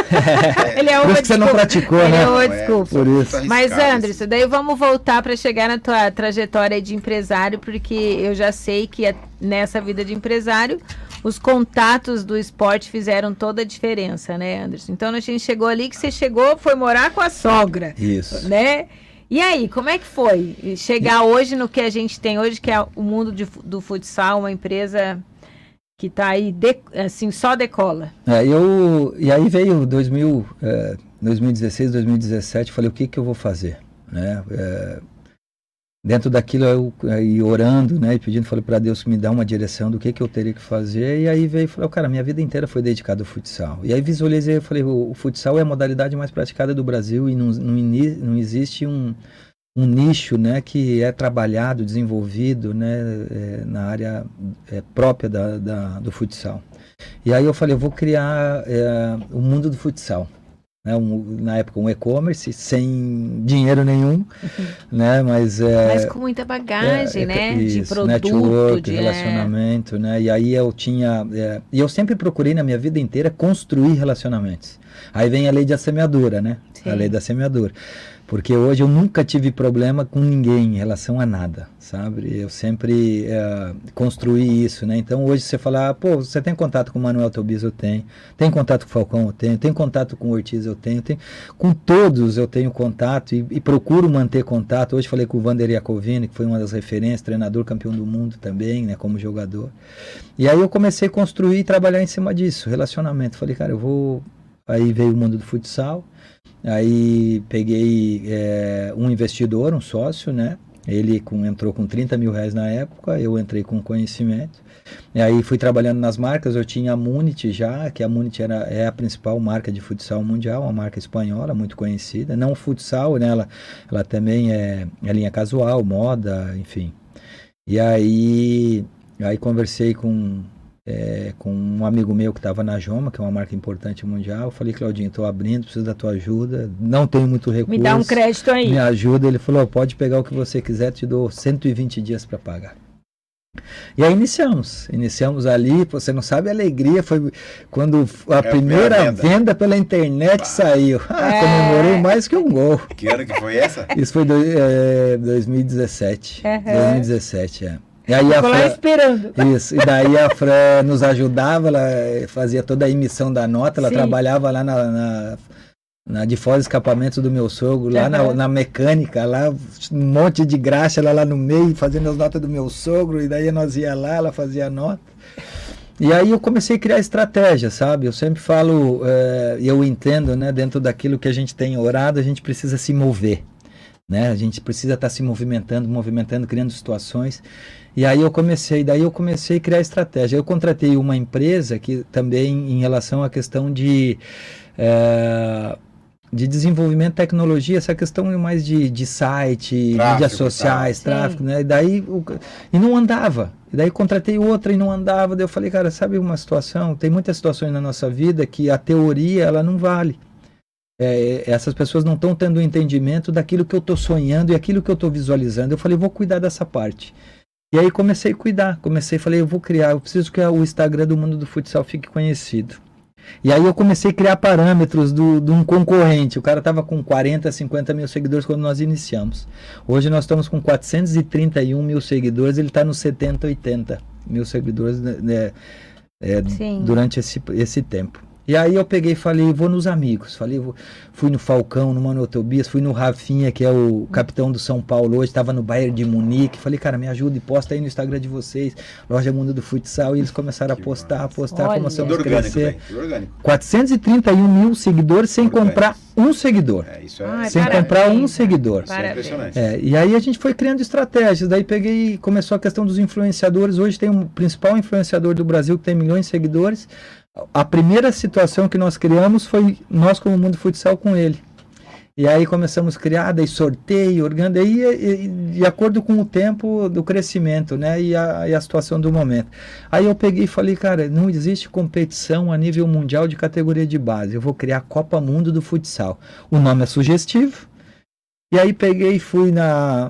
é, ele é uma por isso que você não praticou, ele né? É uma é, desculpa. Por isso. Mas, Anderson, daí vamos voltar para chegar na tua trajetória de empresário, porque eu já sei que nessa vida de empresário os contatos do esporte fizeram toda a diferença, né, Anderson? Então a gente chegou ali que você chegou, foi morar com a sogra. Isso. Né? E aí, como é que foi chegar hoje no que a gente tem hoje, que é o mundo de, do futsal, uma empresa que está aí, de, assim, só decola? É, eu, e aí veio dois mil, é, dois mil e dezesseis, dois mil e dezessete, falei, o que que eu vou fazer? Né? É, dentro daquilo, eu aí orando, né, e pedindo, falei para Deus que me dá uma direção do que que eu teria que fazer, e aí veio, falei, cara, minha vida inteira foi dedicada ao futsal. E aí visualizei, eu falei, o, o futsal é a modalidade mais praticada do Brasil e não, não, não existe um, um nicho, né, que é trabalhado, desenvolvido, né, é, na área é, própria da, da, do futsal. E aí eu falei, eu vou criar é, o mundo do futsal. Né, um, na época um e-commerce sem dinheiro nenhum, uhum. né, mas é, mas com muita bagagem, é, né, isso, de produto, network, de relacionamento, é... né, e aí eu tinha é, e eu sempre procurei na minha vida inteira construir relacionamentos. Aí vem a lei da semeadura, né, Sim. a lei da semeadura. Porque hoje eu nunca tive problema com ninguém em relação a nada, sabe? Eu sempre é, construí isso, né? Então hoje você fala, ah, pô, você tem contato com o Manuel Tobias? Eu tenho. Tem contato com o Falcão? Eu tenho. Tem contato com o Ortiz? Eu tenho. tenho. Com todos eu tenho contato e, e procuro manter contato. Hoje falei com o Vander Iacovini, que foi uma das referências, treinador campeão do mundo também, né? Como jogador. E aí eu comecei a construir e trabalhar em cima disso, relacionamento. Falei, cara, eu vou... Aí veio o mundo do futsal. Aí peguei é, um investidor, um sócio, né? Ele com, entrou com trinta mil reais na época, eu entrei com conhecimento. E aí fui trabalhando nas marcas, eu tinha a Munity já, que a Munity era, é a principal marca de futsal mundial, uma marca espanhola, muito conhecida. Não futsal, né? Ela, ela também é, é linha casual, moda, enfim. E aí, aí conversei com... É, com um amigo meu que estava na Joma, que é uma marca importante mundial. Eu falei, Claudinho, estou abrindo, preciso da tua ajuda, não tenho muito recurso. Me dá um crédito aí. Me ajuda. Ele falou, pode pegar o que você quiser, te dou cento e vinte dias para pagar. E aí iniciamos, iniciamos ali, você não sabe a alegria, foi quando a é primeira a venda. venda pela internet bah. saiu. É. Comemorei mais que um gol. Que ano que foi essa? Isso foi do, é, dois mil e dezessete. Uhum. dois mil e dezessete, é. E aí a Fran, esperando. Isso, e daí a Fran nos ajudava, ela fazia toda a emissão da nota, ela Sim. trabalhava lá na, na, na de fora escapamento do meu sogro, lá uhum. na, na mecânica, lá um monte de graxa, ela lá no meio, fazendo as notas do meu sogro, e daí nós ia lá, ela fazia a nota. E aí eu comecei a criar estratégia, sabe? Eu sempre falo, é, eu entendo, né, dentro daquilo que a gente tem orado, a gente precisa se mover. Né? A gente precisa estar se movimentando, movimentando, criando situações. E aí eu comecei, daí eu comecei a criar estratégia. Eu contratei uma empresa que também em relação à questão de, é, de desenvolvimento de tecnologia, essa questão mais de, de site, tráfico, mídias sociais, tá. tráfico, né? E daí o, e não andava. E daí contratei outra e não andava. Daí eu falei, cara, sabe uma situação? Tem muitas situações na nossa vida que a teoria ela não vale. É, essas pessoas não estão tendo o entendimento daquilo que eu estou sonhando e aquilo que eu estou visualizando. Eu falei, vou cuidar dessa parte. E aí comecei a cuidar, comecei, falei, eu vou criar, eu preciso que o Instagram do mundo do futsal fique conhecido. E aí eu comecei a criar parâmetros do, de um concorrente. O cara estava com quarenta, cinquenta mil seguidores quando nós iniciamos. Hoje nós estamos com quatrocentos e trinta e um mil seguidores, ele está nos setenta, oitenta mil seguidores, né, é, durante esse, esse tempo. E aí eu peguei e falei, vou nos amigos. Falei, vou, fui no Falcão, no Manuel Tobias, fui no Rafinha, que é o capitão do São Paulo hoje, estava no Bayern de Munique. Falei, cara, me ajuda e posta aí no Instagram de vocês, Loja Mundo do Futsal. E eles começaram que a postar, a postar, Olha. começamos a crescer. Orgânico. quatrocentos e trinta e um mil seguidores sem orgânico. comprar um seguidor. É, isso é... Ai, sem parabéns. comprar um seguidor. Isso é impressionante. É, e aí a gente foi criando estratégias. Daí peguei, começou a questão dos influenciadores. Hoje tem um principal influenciador do Brasil que tem milhões de seguidores. A primeira situação que nós criamos foi nós como Mundo Futsal com ele. E aí começamos a criar, daí sorteio, orgando, aí e, de acordo com o tempo do crescimento, né, e a, e a situação do momento. Aí eu peguei e falei, cara, não existe competição a nível mundial de categoria de base, eu vou criar a Copa Mundo do Futsal. O nome é sugestivo. E aí peguei e fui na...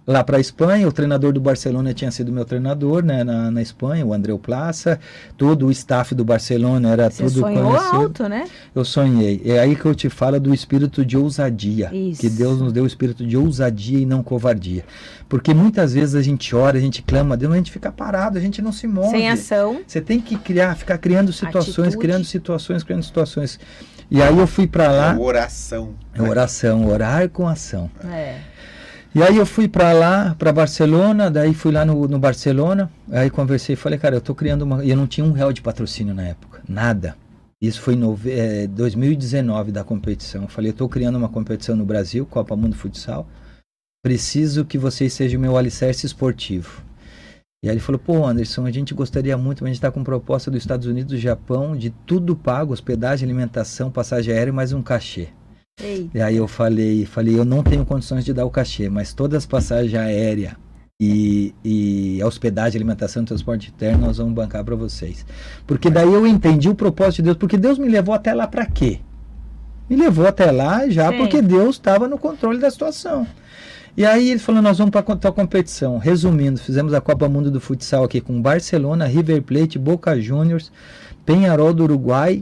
lá para a Espanha. O treinador do Barcelona tinha sido meu treinador, né, na, na Espanha, o Andreu Plaça. Todo o staff do Barcelona era Você tudo sonhou conhecido. alto, né? Eu sonhei. É aí que eu te falo do espírito de ousadia. Isso. Que Deus nos deu o espírito de ousadia e não covardia. Porque muitas vezes a gente ora, a gente clama a Deus, mas a gente fica parado, a gente não se move. Sem ação. Você tem que criar, ficar criando situações, Atitude. criando situações, criando situações. E aí eu fui para lá. É oração. É oração, orar com ação. É. E aí eu fui para lá, para Barcelona, daí fui lá no, no Barcelona, aí conversei e falei, cara, eu tô criando uma... E eu não tinha um real de patrocínio na época, nada. Isso foi em nove... é, dois mil e dezenove da competição. Eu falei, eu tô criando uma competição no Brasil, Copa Mundo Futsal, preciso que vocês sejam o meu alicerce esportivo. E aí ele falou, pô, Anderson, a gente gostaria muito, mas a gente está com proposta dos Estados Unidos, do Japão, de tudo pago, hospedagem, alimentação, passagem aérea, mais um cachê. Ei. E aí eu falei, falei, eu não tenho condições de dar o cachê, mas todas as passagens aéreas e, e a hospedagem, alimentação e transporte interno nós vamos bancar para vocês. Porque daí eu entendi o propósito de Deus, porque Deus me levou até lá para quê? Me levou até lá já Sim. porque Deus estava no controle da situação. E aí ele falou, nós vamos para a competição. Resumindo, fizemos a Copa Mundo do Futsal aqui com Barcelona, River Plate, Boca Juniors, Peñarol do Uruguai,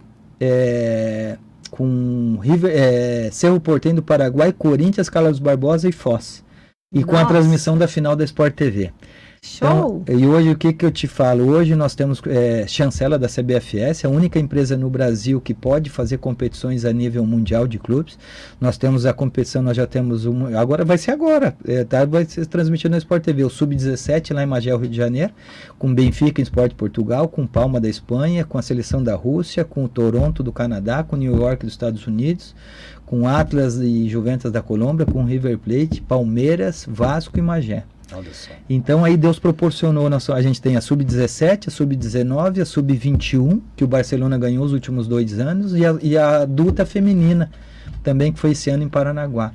é, com River, é, Cerro Porteño do Paraguai, Corinthians, Carlos Barbosa e Foz. E com Nossa. a transmissão da final da Sport T V. Show! Então, e hoje o que, que eu te falo? Hoje nós temos é, chancela da C B F S, a única empresa no Brasil que pode fazer competições a nível mundial de clubes. Nós temos a competição, nós já temos uma, agora vai ser agora, é, tá, vai ser transmitido na Sport T V, o sub dezessete lá em Magel, Rio de Janeiro, com Benfica em Sport Portugal, com Palma da Espanha, com a seleção da Rússia, com o Toronto do Canadá, com New York dos Estados Unidos, com Atlas e Juventus da Colômbia, com River Plate, Palmeiras, Vasco e Magé. Olha só. Então aí Deus proporcionou, nosso, a gente tem a sub dezessete, a sub dezenove, a sub vinte e um, que o Barcelona ganhou os últimos dois anos, e a, e a adulta feminina, também que foi esse ano em Paranaguá.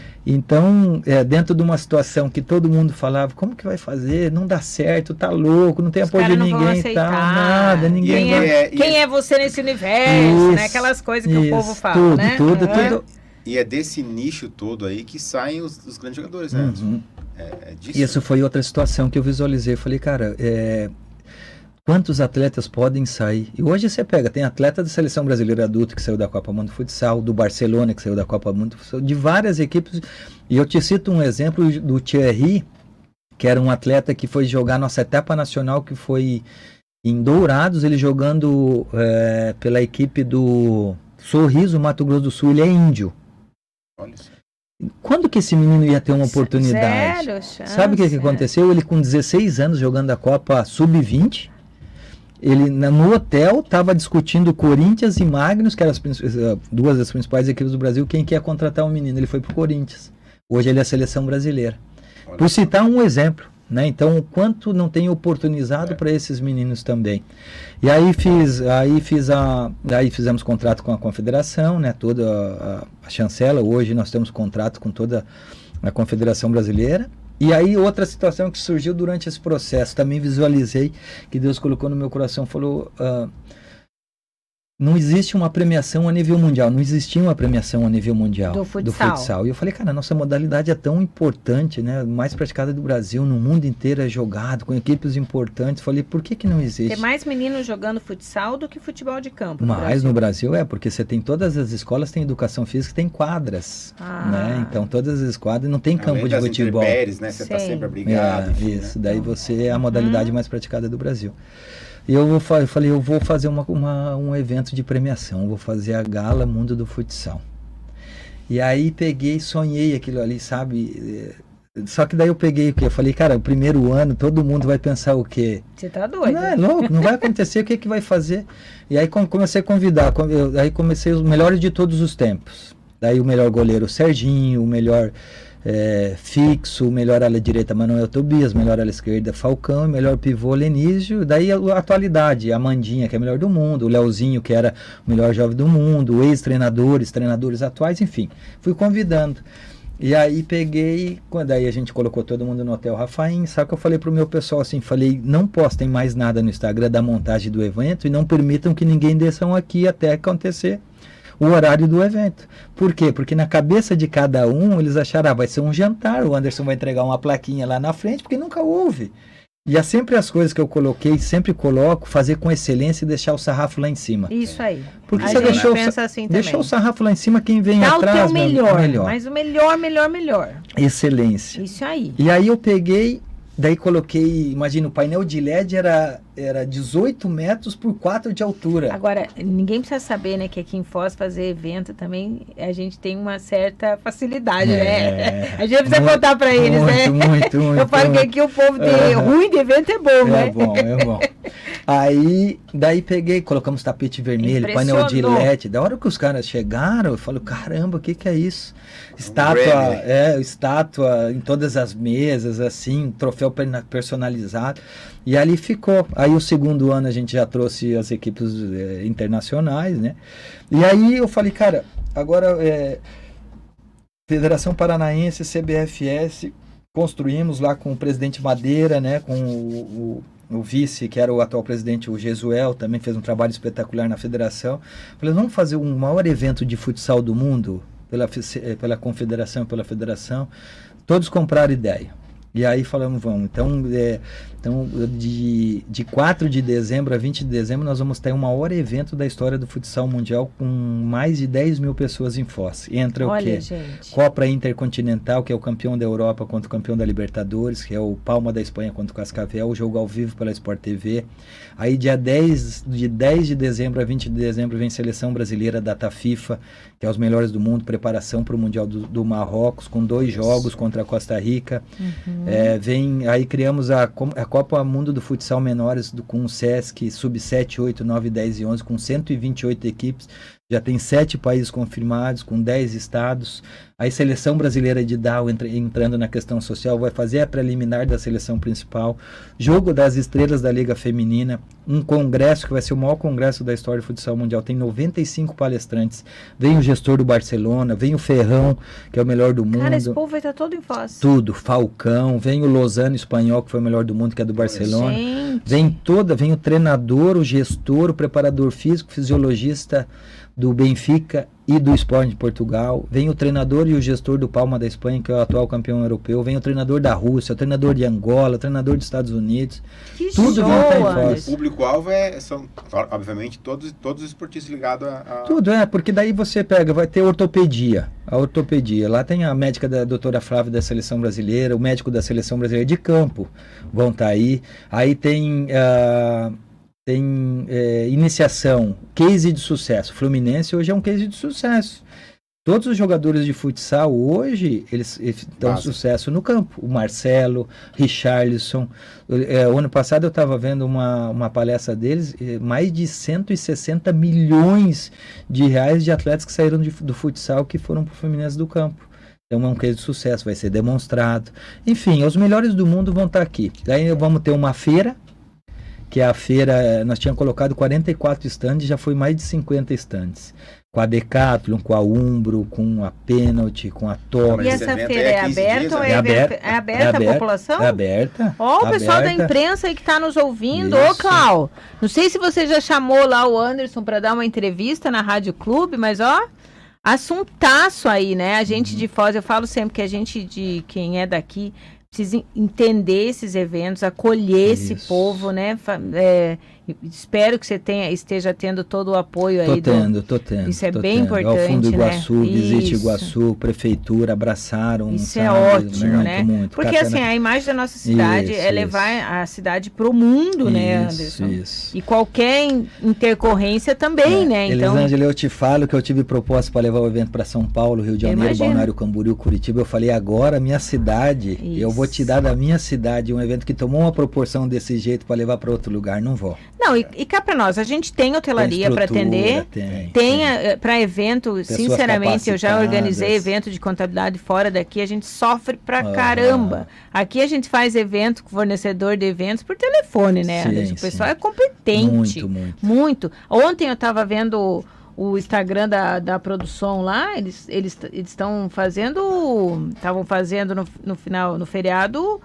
Então, é, dentro de uma situação que todo mundo falava, como que vai fazer? Não dá certo, tá louco, não tem Os apoio de caras não vão ninguém, aceitar. tal, nada, ninguém Quem vai... é, É, quem e- é você nesse universo, Isso, né? Aquelas coisas que isso, o povo fala, tudo, né? tudo, É. tudo. E é desse nicho todo aí que saem os, os grandes jogadores, né? Uhum. É, é disso. Isso foi outra situação que eu visualizei. Eu falei, cara, é, quantos atletas podem sair? E hoje você pega, tem atleta da Seleção Brasileira Adulta que saiu da Copa Mundo Futsal, do Barcelona que saiu da Copa Mundo Futsal, de várias equipes. E eu te cito um exemplo do Thierry, que era um atleta que foi jogar nossa etapa nacional, que foi em Dourados, ele jogando é, pela equipe do Sorriso, Mato Grosso do Sul. Ele é índio. Olha só. Quando que esse menino ia ter uma oportunidade? Zero chance, Sabe o que, que é. aconteceu? Ele com dezesseis anos jogando a Copa sub vinte, ele na- no hotel estava discutindo Corinthians e Magnus, que eram as princ- eh, duas das principais equipes do Brasil, quem quer contratar o menino. Ele foi pro Corinthians. Hoje ele é a seleção brasileira. Olha Por só. citar um exemplo, né? Então, o quanto não tem oportunizado É. para esses meninos também. E aí fiz, aí fiz a, aí fizemos contrato com a confederação, né? Toda a, a chancela. Hoje nós temos contrato com toda a Confederação Brasileira. E aí outra situação que surgiu durante esse processo, também visualizei que Deus colocou no meu coração, falou, ah, não existe uma premiação a nível mundial, não existia uma premiação a nível mundial Do futsal. E eu falei, cara, a nossa modalidade é tão importante, né? Mais praticada do Brasil, no mundo inteiro é jogado, com equipes importantes. Falei, por que que não existe? Tem mais meninos jogando futsal do que futebol de campo. Mas no Brasil é, porque você tem todas as escolas, tem educação física, tem quadras, Ah. né? Então todas as quadras, não tem campo Além de das futebol. intempéries, né? Você tá Sim. sempre abrigado. É, enfim, isso, né? daí você é a modalidade Uhum. mais praticada do Brasil. E eu, vou, fa- eu falei, eu vou fazer uma, uma- um evento de premiação, vou fazer a Gala Mundo do Futsal. E aí peguei, sonhei aquilo ali, sabe? Eh, Só que daí eu peguei o quê? Eu falei, cara, o primeiro ano todo mundo vai pensar o quê? Você tá doido? Não, é louco, não vai acontecer, o que que vai fazer? E aí com- comecei a convidar, com- eu- aí comecei os melhores de todos os tempos. Daí o melhor goleiro, Serginho, o melhor eh, fixo, o melhor ala direita, Manuel Tobias, melhor ala esquerda, Falcão, e melhor pivô, Lenísio. Daí a, a atualidade, a Amandinha, que é a melhor do mundo, o Leozinho, que era o melhor jovem do mundo, ex-treinadores, treinadores atuais, enfim. Fui convidando. E aí peguei, quando aí a gente colocou todo mundo no Hotel Rafaim, só que eu falei pro meu pessoal assim, falei, não postem mais nada no Instagram da montagem do evento e não permitam que ninguém desçam aqui até acontecer o horário do evento. Por quê? Porque na cabeça de cada um, eles acharam, ah, vai ser um jantar, o Anderson vai entregar uma plaquinha lá na frente, porque nunca houve. E é sempre as coisas que eu coloquei, sempre coloco, fazer com excelência e deixar o sarrafo lá em cima. Isso aí. Porque a você gente deixou, pensa assim deixou também. o sarrafo lá em cima, quem vem Dá atrás... o teu melhor, melhor, mas o melhor, melhor, melhor. Excelência. Isso aí. E aí eu peguei, daí coloquei, imagina, o painel de L E D era, era dezoito metros por quatro de altura. Agora, ninguém precisa saber, né, que aqui em Foz fazer evento também, a gente tem uma certa facilidade, É, né? A gente precisa muito, contar para eles, muito, né? Muito, muito. Eu falo muito. que aqui o povo de Uhum. ruim de evento é bom, né? É bom, é bom. Aí, daí peguei, colocamos tapete vermelho, painel de L E D. Da hora que os caras chegaram, eu falo, caramba, o que que é isso? Estátua, Grammy. é, estátua em todas as mesas, assim, troféu personalizado. E ali ficou. Aí o segundo ano a gente já trouxe as equipes é, internacionais, né? E aí eu falei, cara, agora é, Federação Paranaense, C B F S, construímos lá com o presidente Madeira, né, com o, o, o vice, que era o atual presidente, o Jesuel, também fez um trabalho espetacular na federação. Falei, vamos fazer o maior evento de futsal do mundo, pela, pela confederação, pela federação. Todos compraram ideia. E aí falamos, vamos. Então, é, então de, de quatro de dezembro a vinte de dezembro, nós vamos ter o maior evento da história do futsal mundial, com mais de dez mil pessoas em Foz. Entra Olha, o quê? gente. Copa Intercontinental, que é o campeão da Europa contra o campeão da Libertadores, que é o Palma da Espanha contra o Cascavel, o jogo ao vivo pela Sport T V. Aí dia dez, de dez de dezembro a vinte de dezembro vem seleção brasileira, data FIFA, que é os melhores do mundo, preparação para o Mundial do, do Marrocos, com dois jogos contra a Costa Rica. Uhum. É, vem, aí criamos a, a Copa Mundo do Futsal Menores do, com o Sesc, sub sete, oito, nove, dez e onze, com cento e vinte e oito equipes. Já tem sete países confirmados, com dez estados. Aí seleção brasileira de D A O, entra, entrando na questão social, vai fazer a preliminar da seleção principal. Jogo das estrelas da Liga Feminina. Um congresso que vai ser o maior congresso da história do futsal mundial. Tem noventa e cinco palestrantes. Vem o gestor do Barcelona, vem o Ferrão, que é o melhor do mundo. Cara, esse povo vai estar todo em Foz. Tudo, Falcão, vem o Lozano espanhol, que foi o melhor do mundo, que é do Barcelona. Gente. Vem toda, vem o treinador, o gestor, o preparador físico, fisiologista do Benfica e do Sport de Portugal, vem o treinador e o gestor do Palma da Espanha, que é o atual campeão europeu, vem o treinador da Rússia, o treinador de Angola, o treinador dos Estados Unidos. Que Tudo show, vai estar em Anderson. Foz. O público-alvo é, são, obviamente, todos, todos os esportistas ligados a, a... Tudo, é, porque daí você pega, vai ter ortopedia, a ortopedia, lá tem a médica da doutora Flávia da Seleção Brasileira, o médico da Seleção Brasileira de campo vão estar aí, aí tem... Uh, tem é, iniciação, case de sucesso. Fluminense hoje é um case de sucesso. Todos os jogadores de futsal hoje, eles, eles dão Nossa. sucesso no campo. O Marcelo, Richarlison. É, o ano passado eu estava vendo uma, uma palestra deles, mais de cento e sessenta milhões de reais de atletas que saíram de, do futsal que foram para o Fluminense do campo. Então é um case de sucesso, vai ser demonstrado. Enfim, os melhores do mundo vão estar aqui. Daí vamos ter uma feira, que é a feira, nós tínhamos colocado quarenta e quatro estandes, já foi mais de cinquenta estandes. Com a Decathlon, com a Umbro, com a Penalty, com a Top. E Esse essa evento feira é é quinze aberta dias, ou né? é, É aberta, aberta, é aberta é à aberta, população? É aberta. Ó, o pessoal da aberta. imprensa aí que está nos ouvindo. Isso. Ô, Clau, não sei se você já chamou lá o Anderson para dar uma entrevista na Rádio Clube, mas ó, assuntaço aí, né? A gente Uhum. de Foz, eu falo sempre que a gente de quem é daqui precisa entender esses eventos, acolher esse Isso. povo, né? Fa- é, espero que você tenha, esteja tendo todo o apoio Tô aí do... tendo, tô tendo. Isso é tô bem tendo. Ao importante, Fundo né? Iguaçu, Visite Isso. Iguaçu, Prefeitura, abraçaram. Isso é sabe? ótimo, muito, né? Muito, Porque Café assim, na- a imagem da nossa cidade Isso, é levar a cidade pro mundo, né, Isso, Anderson? isso. E qualquer in- intercorrência também, É. né? Então, Elisângela, eu te falo que eu tive proposta para levar o evento para São Paulo, Rio de Eu Janeiro, imagino. Balneário Camboriú, Curitiba. Eu falei, agora minha cidade, eu vou te Isso. dar da minha cidade um evento que tomou uma proporção desse jeito para levar para outro lugar. Não vou. não, e, e cá pra nós, a gente tem hotelaria Tem para estrutura, atender. Tem, Tem tem. para evento, Pessoas sinceramente, eu já organizei capacitadas. evento de contabilidade fora daqui, a gente sofre pra Aham. caramba. Aqui a gente faz evento com fornecedor de eventos por telefone, né, Sim, Anderson? O pessoal sim. é competente. Muito, muito. Muito. Ontem eu estava vendo o, o Instagram da, da produção lá, eles eles eles estão fazendo, estavam fazendo no, no final, no feriado,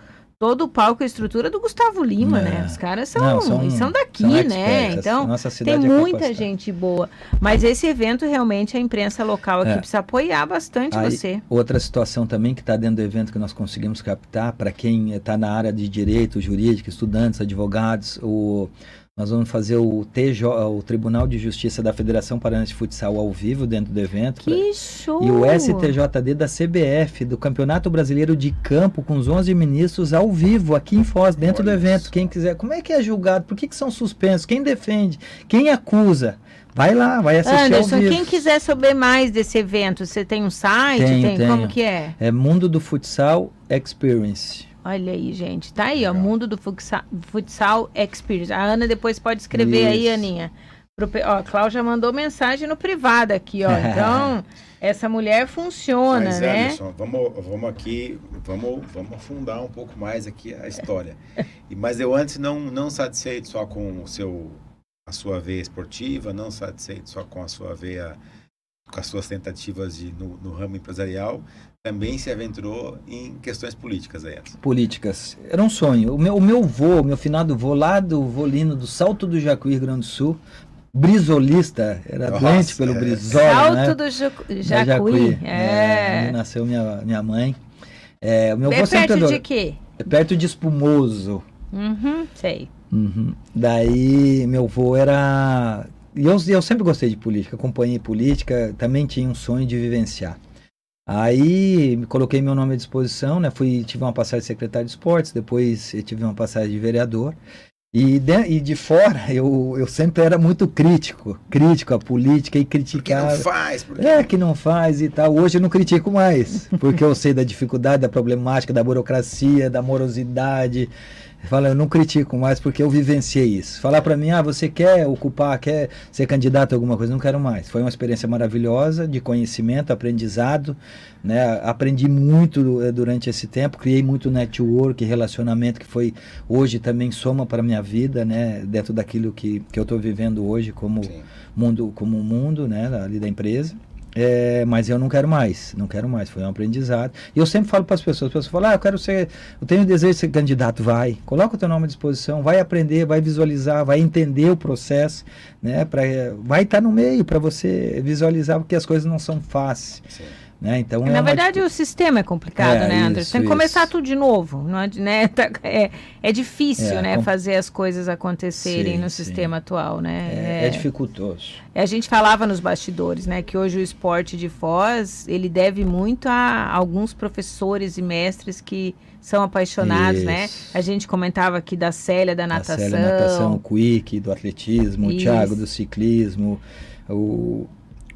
todo o palco e estrutura do Gustavo Lima, é. né? Os caras são, Não, são, são daqui, são né? Então, tem muita é gente boa. Mas esse evento, realmente, a imprensa local aqui é. precisa apoiar bastante Aí, você. Outra situação também que está dentro do evento que nós conseguimos captar, para quem está na área de direito jurídico, estudantes, advogados, o... Nós vamos fazer o, T J, o Tribunal de Justiça da Federação Paranaense de Futsal ao vivo dentro do evento. Que pra... show! E o S T J D da C B F, do Campeonato Brasileiro de Campo, com os onze ministros ao vivo, aqui em Foz, dentro Olha do evento. Isso. Quem quiser, como é que é julgado? Por que, que são suspensos? Quem defende? Quem acusa? Vai lá, vai assistir Anderson, ao vivo. Quem quiser saber mais desse evento, você tem um site? Tem, tem? tem. Como que é? É Mundo do Futsal Experience. Olha aí, gente. Tá aí, ó. Mundo do Futsal, Futsal Experience. A Ana depois pode escrever Isso. aí, Aninha. Pro, ó, a Cláudia mandou mensagem no privado aqui, ó. Então, essa mulher funciona, Mas, né? Anderson, vamos, vamos aqui, vamos, vamos afundar um pouco mais aqui a história. E, mas eu antes não, não satisfeito só com o seu, a sua veia esportiva, não satisfeito só com a sua veia, com as suas tentativas de, no, no ramo empresarial, também se aventurou em questões políticas aí. Políticas. Era um sonho. O meu, o meu vô, o meu finado vô lá do Volino, do Salto do Jacuí, Rio Grande do Sul, brisolista, era Nossa, doente pelo é. Brizola, Salto né? do Ju Jacuí. Jacuí. É. é. Nasceu minha, minha mãe. É, o meu é vô perto sempre de quê? É perto de Espumoso. Uhum, sei. Uhum. Daí, meu vô era... E eu, eu sempre gostei de política, acompanhei política, também tinha um sonho de vivenciar. Aí coloquei meu nome à disposição, né? Fui, tive uma passagem de secretário de esportes, depois eu tive uma passagem de vereador. E de, e de fora, eu, eu sempre era muito crítico, crítico à política e criticava. Por que não faz? Por que... É, que não faz e tal. Hoje eu não critico mais, porque eu sei da dificuldade, da problemática, da burocracia, da morosidade. Fala, eu não critico mais porque eu vivenciei isso. Falar para mim, ah, você quer ocupar, quer ser candidato a alguma coisa, não quero mais. Foi uma experiência maravilhosa de conhecimento, aprendizado, né? Aprendi muito durante esse tempo, criei muito network, relacionamento que foi hoje também soma para minha vida, né? Dentro daquilo que, que eu estou vivendo hoje como Sim. mundo, como mundo, né? Ali da empresa. É, mas eu não quero mais, não quero mais, foi um aprendizado. E eu sempre falo para as pessoas, as pessoas falam, ah, eu quero ser, eu tenho desejo de ser candidato, vai, coloca o teu nome à disposição, vai aprender, vai visualizar, vai entender o processo, né, pra, vai estar no meio para você visualizar, porque as coisas não são fáceis. Sim. Né? Então, Na é verdade, uma... o sistema é complicado, é, né, Anderson? Isso, Tem que começar isso. tudo de novo. Não é, né? é, é difícil, é, né, com... fazer as coisas acontecerem sim, no sim. sistema atual, né? É, é, é dificultoso. É, a gente falava nos bastidores, né, que hoje o esporte de Foz, ele deve muito a alguns professores e mestres que são apaixonados, Isso. né? A gente comentava aqui da Célia, da natação. A Célia, natação, o Quick, do atletismo, Isso. o Thiago, do ciclismo, o...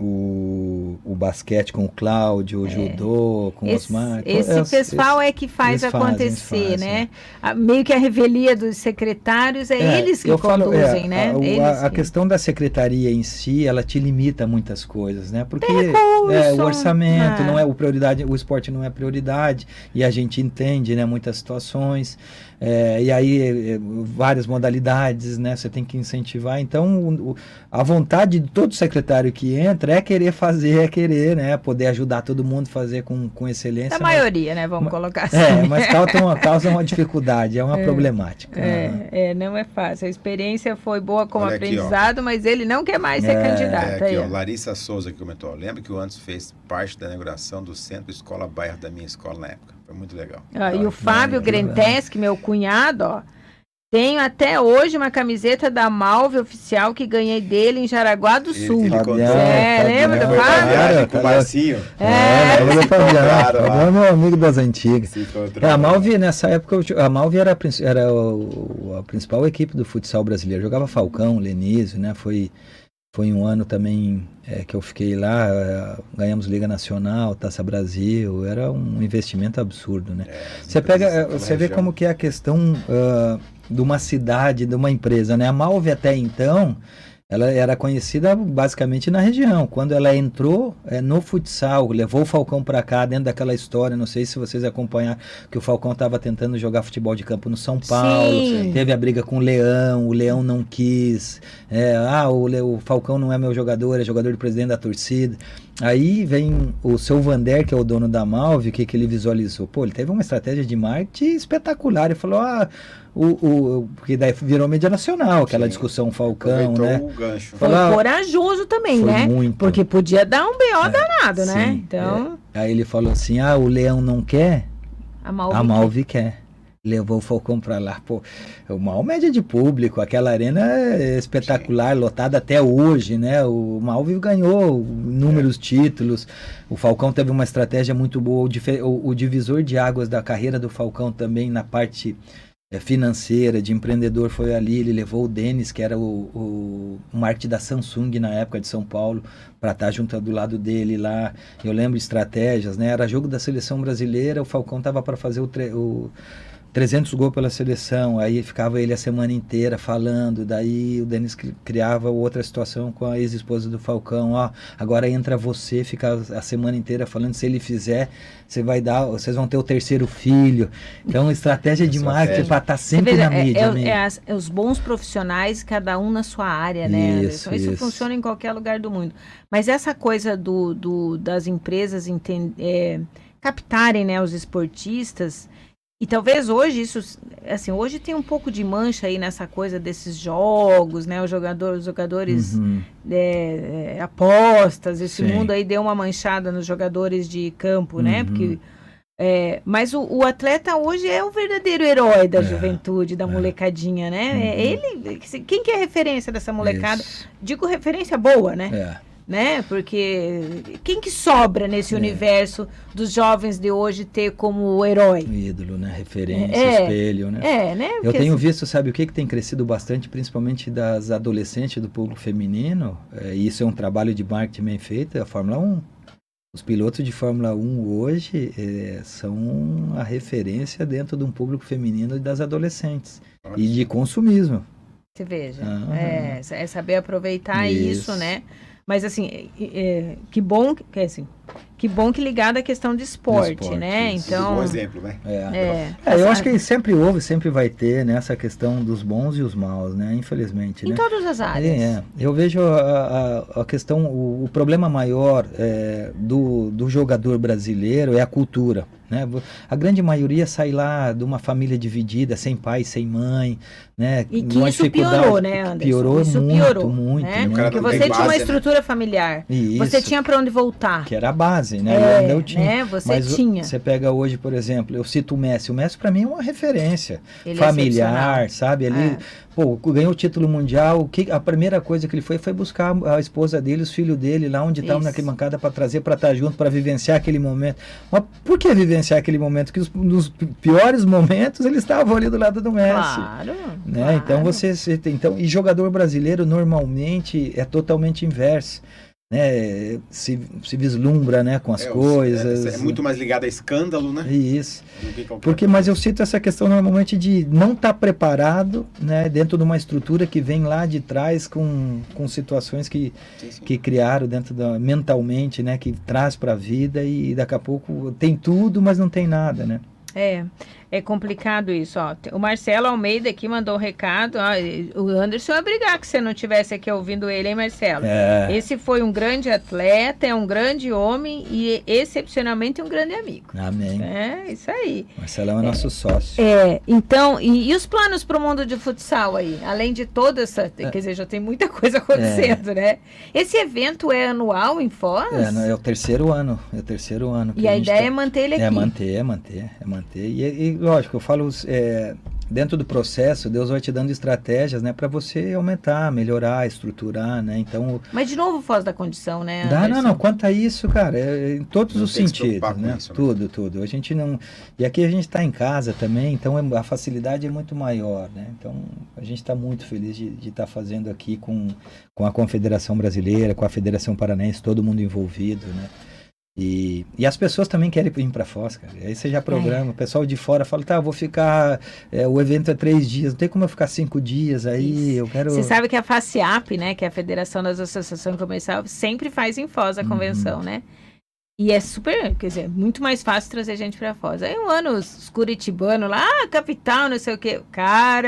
O, o basquete com o Cláudio, o é. judô com esse, os Osmar. Esse é, pessoal esse, é que faz acontecer, fazem, né? A, meio que a revelia dos secretários, é, é eles que conduzem, falo, é, né? A, eles a, a que... questão da secretaria em si, ela te limita a muitas coisas, né? Porque recurso, é, o orçamento ah. não é o prioridade, o esporte não é prioridade, e a gente entende, né, muitas situações. É, e aí, é, várias modalidades, né? Você tem que incentivar. Então, o, a vontade de todo secretário que entra é querer fazer, é querer, né? Poder ajudar todo mundo a fazer com, com excelência. A mas, maioria, né? Vamos mas, colocar assim. É, mas causa uma, causa uma dificuldade, é uma é, problemática. É, né? é, não é fácil. A experiência foi boa como Olha aprendizado, aqui, mas ele não quer mais ser é, candidato. É, aqui, aí, ó, Larissa Souza que comentou. Lembra que o Anderson fez parte da inauguração do Centro Escola Bairro da minha escola na época. Foi muito legal. Ah, e o Fábio Grenteski, meu cunhado, ó. Tenho até hoje uma camiseta da Malve oficial que ganhei dele em Jaraguá do Sul. Ele, ele contou, é, Fabiano, lembra do Fábio? Com o Marcinho. É, ele é Fabiano, é meu amigo das antigas. É, a Malve, nessa época, a Malve era, era o, a principal equipe do futsal brasileiro. Jogava Falcão, Lenísio, né? Foi, foi um ano também é, que eu fiquei lá, é, ganhamos Liga Nacional, Taça Brasil, era um investimento absurdo, né? É, você pega, você vê como que é a questão... Uh, de uma cidade, de uma empresa, né? A Malve até então, ela era conhecida basicamente na região. Quando ela entrou é, no futsal, levou o Falcão para cá, dentro daquela história, não sei se vocês acompanharam, que o Falcão estava tentando jogar futebol de campo no São Paulo, Sim. teve a briga com o Leão, o Leão não quis, é, ah, o, o Falcão não é meu jogador, é jogador do presidente da torcida. Aí vem o seu Vander, que é o dono da Malve, o que, que ele visualizou? Pô, ele teve uma estratégia de marketing espetacular. Ele falou, ah, o, o, porque daí virou mídia nacional, aquela Sim. discussão Falcão, Aproveitou né? o gancho. Foi Falou, corajoso também, foi né? Muito. Porque podia dar um B O é, danado, sim, né? Então... É. Aí ele falou assim, ah, o Leão não quer, a Malve, a Malve quer. quer. Levou o Falcão pra lá, pô, o maior média de público, aquela arena é espetacular, Sim. lotada até hoje, né? O Malve ganhou inúmeros é. títulos, o Falcão teve uma estratégia muito boa, o, o, o divisor de águas da carreira do Falcão também na parte é, financeira, de empreendedor foi ali, ele levou o Denis, que era o, o, o marketing da Samsung na época de São Paulo, para estar junto do lado dele lá. Eu lembro estratégias, né? Era jogo da seleção brasileira, o Falcão tava para fazer o... Tre o trezentos gols pela seleção, aí ficava ele a semana inteira falando, daí o Denis criava outra situação com a ex-esposa do Falcão, ó, agora entra você, fica a semana inteira falando, se ele fizer, você vai dar, vocês vão ter o terceiro filho. Então, estratégia de marketing para estar sempre veja, na mídia. É, é, é, as, é os bons profissionais, cada um na sua área, né? Isso, isso, isso funciona em qualquer lugar do mundo. Mas essa coisa do, do, das empresas entend, é, captarem, né, os esportistas. E talvez hoje isso, assim, hoje tem um pouco de mancha aí nessa coisa desses jogos, né? Os jogadores, os jogadores uhum. é, é, apostas, esse Sim. mundo aí deu uma manchada nos jogadores de campo, uhum. né? Porque, é, mas o, o atleta hoje é o verdadeiro herói da é, juventude, da é. molecadinha, né? Uhum. É ele, quem que é referência dessa molecada? Isso. Digo referência boa, né? É. Né? Porque quem que sobra nesse é. universo dos jovens de hoje ter como herói? Ídolo, né? Referência, é. espelho, né? É, né? Porque Eu tenho assim... visto, sabe o que, que tem crescido bastante, principalmente das adolescentes do público feminino, é, e isso é um trabalho de marketing bem feito, é a Fórmula um. Os pilotos de Fórmula um hoje é, são a referência dentro de um público feminino e das adolescentes. Nossa. E de consumismo. Você veja, ah, é, é saber aproveitar isso, isso né? Mas assim, é, é, que bom que assim, que bom que ligado à questão de esporte, esporte né? Isso. Então, um bom exemplo, né? É. É. É, eu acho que sempre houve, sempre vai ter, né, essa questão dos bons e os maus, né? Infelizmente, em né? todas as áreas. É, eu vejo a, a, a questão, o, o problema maior é, do, do jogador brasileiro é a cultura. Né? A grande maioria sai lá de uma família dividida, sem pai, sem mãe, né? E que isso piorou, né, Anderson? Piorou isso muito, piorou, muito. Né? Né? Porque você tinha uma estrutura familiar, isso, você tinha para onde voltar. Que era a base, né? É, eu tinha. Né? Você Mas tinha. Você pega hoje, por exemplo, eu cito o Messi. O Messi para mim é uma referência Ele familiar, é sabe? Ele é. pô, ganhou o título mundial. Que, a primeira coisa que ele foi foi buscar a esposa dele, os filhos dele lá onde estavam naquela bancada para trazer para estar junto, para vivenciar aquele momento. Mas por que vivenciar aquele momento? Que os, nos piores momentos eles estavam ali do lado do Messi. Claro. Né? Claro. Então você, você tem, então, e jogador brasileiro normalmente é totalmente inverso. Né, se, se vislumbra, né, com as é, coisas. É, é muito mais ligado a escândalo, né? Isso. Porque, mas eu cito essa questão normalmente de não estar tá preparado, né, dentro de uma estrutura que vem lá de trás com, com situações que, sim, sim. que criaram dentro da mentalmente, né, que traz para a vida e daqui a pouco tem tudo, mas não tem nada, né? É, é complicado isso, ó. O Marcelo Almeida aqui mandou um recado, ó, o Anderson ia brigar que você não estivesse aqui ouvindo ele, hein, Marcelo? É. Esse foi um grande atleta, é um grande homem e excepcionalmente um grande amigo. Amém. É, isso aí. Marcelo é nosso sócio. É, então, e, e os planos para o mundo de futsal aí? Além de toda essa, é. quer dizer, já tem muita coisa acontecendo, é. né? Esse evento é anual em Foz? É, é o terceiro ano, é o terceiro ano. E a, a ideia tá... é manter ele aqui? É manter, é manter, é manter. E, e lógico, eu falo, é, dentro do processo, Deus vai te dando estratégias, né, para você aumentar, melhorar, estruturar, né, então... Mas de novo Foz da condição, né, Dá, não, não, quanto a isso, cara, é, em todos não os sentidos, né, isso, tudo, né? tudo, a gente não... E aqui a gente está em casa também, então a facilidade é muito maior, né, então a gente está muito feliz de estar tá fazendo aqui com, com a Confederação Brasileira, com a Federação Paranaense, todo mundo envolvido, né. E, e as pessoas também querem vir para Foz, cara. Aí você já programa, é. o pessoal de fora fala, tá, eu vou ficar, é, o evento é três dias, não tem como eu ficar cinco dias aí, Isso. eu quero... Você sabe que a FACIAP, né, que é a Federação das Associações Comerciais, sempre faz em Foz a convenção, uhum. né? E é super, quer dizer, muito mais fácil trazer gente para Foz. Aí um ano, os curitibanos lá, ah, capital, não sei o quê. Cara,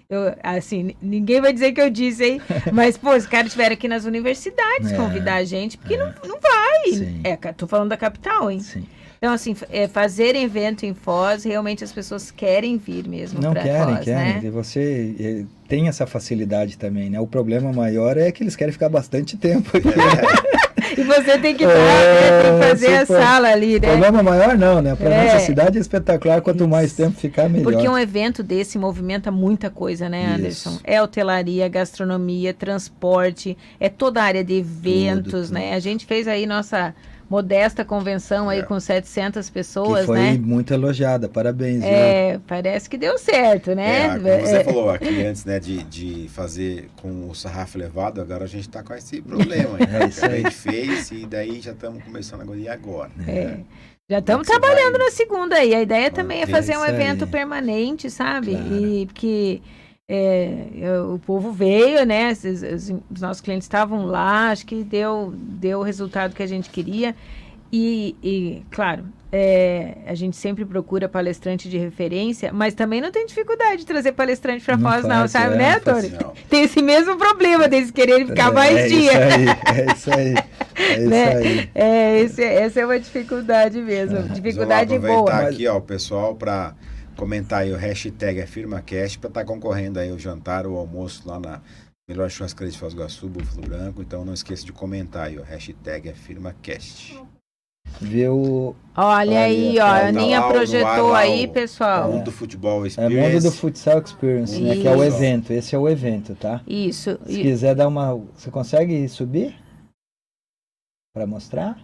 Eu, assim, ninguém vai dizer que eu disse, hein? Mas, pô, os caras estiveram aqui nas universidades é, convidar a gente, porque é. não, não vai. Sim. É, tô falando da capital, hein? Sim. Então, assim, é, fazer evento em Foz, realmente as pessoas querem vir mesmo para Foz, Não querem, querem. Né? Você é, tem essa facilidade também, né? O problema maior é que eles querem ficar bastante tempo aqui. E você tem que, dar, é, tem que fazer a sala ali, né? Problema maior não, né? Para é. nossa cidade é espetacular, quanto mais tempo ficar, melhor. Porque um evento desse movimenta muita coisa, né, Anderson? Isso. É hotelaria, gastronomia, transporte, é toda a área de eventos, tudo, tudo. né? A gente fez aí nossa modesta convenção aí é. com setecentas pessoas, que foi né? Foi muito elogiada, parabéns. É, viu? Parece que deu certo, né? É, como você é. falou aqui antes, né, de, de fazer com o sarrafo elevado, agora a gente tá com esse problema. Hein, é isso aí. A gente fez e daí já estamos começando agora. E agora? É. Né? Já estamos trabalhando vai... na segunda aí. A ideia também é fazer um evento aí. permanente, sabe? Claro. E que... É, eu, o povo veio, né? Os, os, os nossos clientes estavam lá, acho que deu, deu o resultado que a gente queria. E, e claro, é, a gente sempre procura palestrante de referência, mas também não tem dificuldade de trazer palestrante para Foz, não, sabe, é, né, Tony? Tem esse mesmo problema deles quererem ficar é, mais é dia. Isso aí, é isso aí. É isso né? aí. É, esse, essa é uma dificuldade mesmo. É. Dificuldade boa. Vou aproveitar aqui, ó, o pessoal, para comentar aí o hashtag AfirmaCast para estar tá concorrendo aí o jantar ou almoço lá na melhor churrascaria de Foz do Iguaçu, Búfalo Branco. Então não esqueça de comentar aí o hashtag AfirmaCast. Viu? Olha aí, ó, a Aninha tá projetou lá, aí, pessoal. Mundo do Futebol Experience. É Mundo do Futsal Experience, né, que é o evento. Esse é o evento, tá? Isso. Se e... quiser dar uma... Você consegue subir? Para mostrar?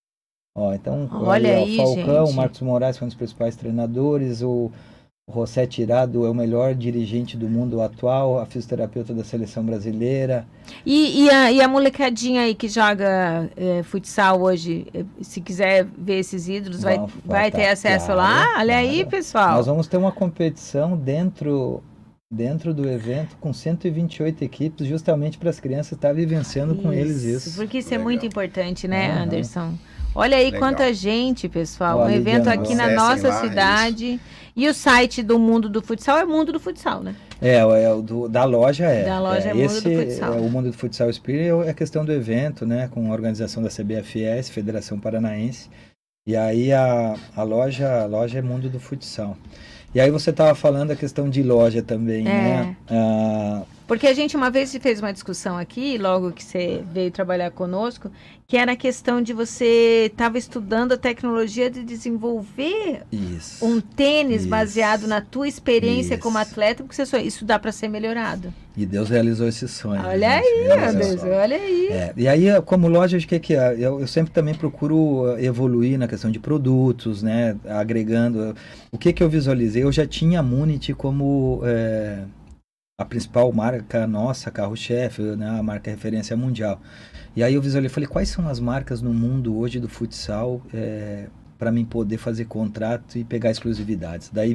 Ó, então, olha aí, ó, Falcão, gente. o Marcos Moraes foi um dos principais treinadores, o, o José Tirado é o melhor dirigente do mundo atual, a fisioterapeuta da seleção brasileira. E, e, a, e a molecadinha aí que joga é, futsal hoje, se quiser ver esses ídolos, vai, vai, vai ter acesso claro, lá? Olha claro. aí, pessoal. Nós vamos ter uma competição dentro... dentro do evento, com cento e vinte e oito equipes, justamente para as crianças estar vivenciando isso, com eles isso. Porque isso Legal. é muito importante, né, ah, Anderson? Olha aí Legal. quanta gente, pessoal. Olha, um evento aqui na nossa lá, cidade. Isso. E o site do Mundo do Futsal é Mundo do Futsal, né? É, é o do, da loja é. Da loja é, é Mundo esse, do Futsal. É, o Mundo do Futsal Spirit é a questão do evento, né? Com a organização da C B F S, Federação Paranaense. E aí a, a, loja, a loja é Mundo do Futsal. E aí você estava falando a questão de loja também, é. né? Ah, Porque a gente uma vez fez uma discussão aqui, logo que você veio trabalhar conosco, que era a questão de você estava estudando a tecnologia de desenvolver isso, um tênis isso, baseado na tua experiência isso. como atleta, porque você, isso dá para ser melhorado. E Deus realizou esse sonho. Olha aí, Anderson, olha aí. É, e aí, como loja, o que, que é? Eu, eu sempre também procuro evoluir na questão de produtos, né? Agregando. O que, que eu visualizei? Eu já tinha a Munity como é, a principal marca nossa, carro-chefe, né? A marca referência mundial. E aí eu visualizei, falei, quais são as marcas no mundo hoje do futsal é, para mim poder fazer contrato e pegar exclusividades? Daí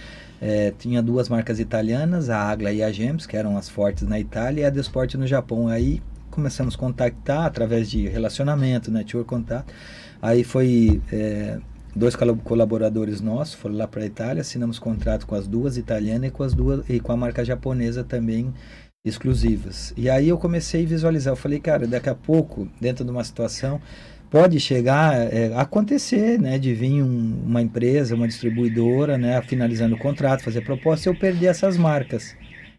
é, tinha duas marcas italianas, a Agla e a Gems, que eram as fortes na Itália, e a Desport no Japão. Aí começamos a contactar através de relacionamento, network contato. Aí foi é, dois colaboradores nossos, foram lá para a Itália, assinamos contrato com as duas italianas e com, as duas, e com a marca japonesa também, exclusivas. E aí eu comecei a visualizar, eu falei, cara, daqui a pouco, dentro de uma situação, pode chegar é, a acontecer, né, de vir um, uma empresa, uma distribuidora, né, finalizando o contrato, fazer proposta, e eu perder essas marcas.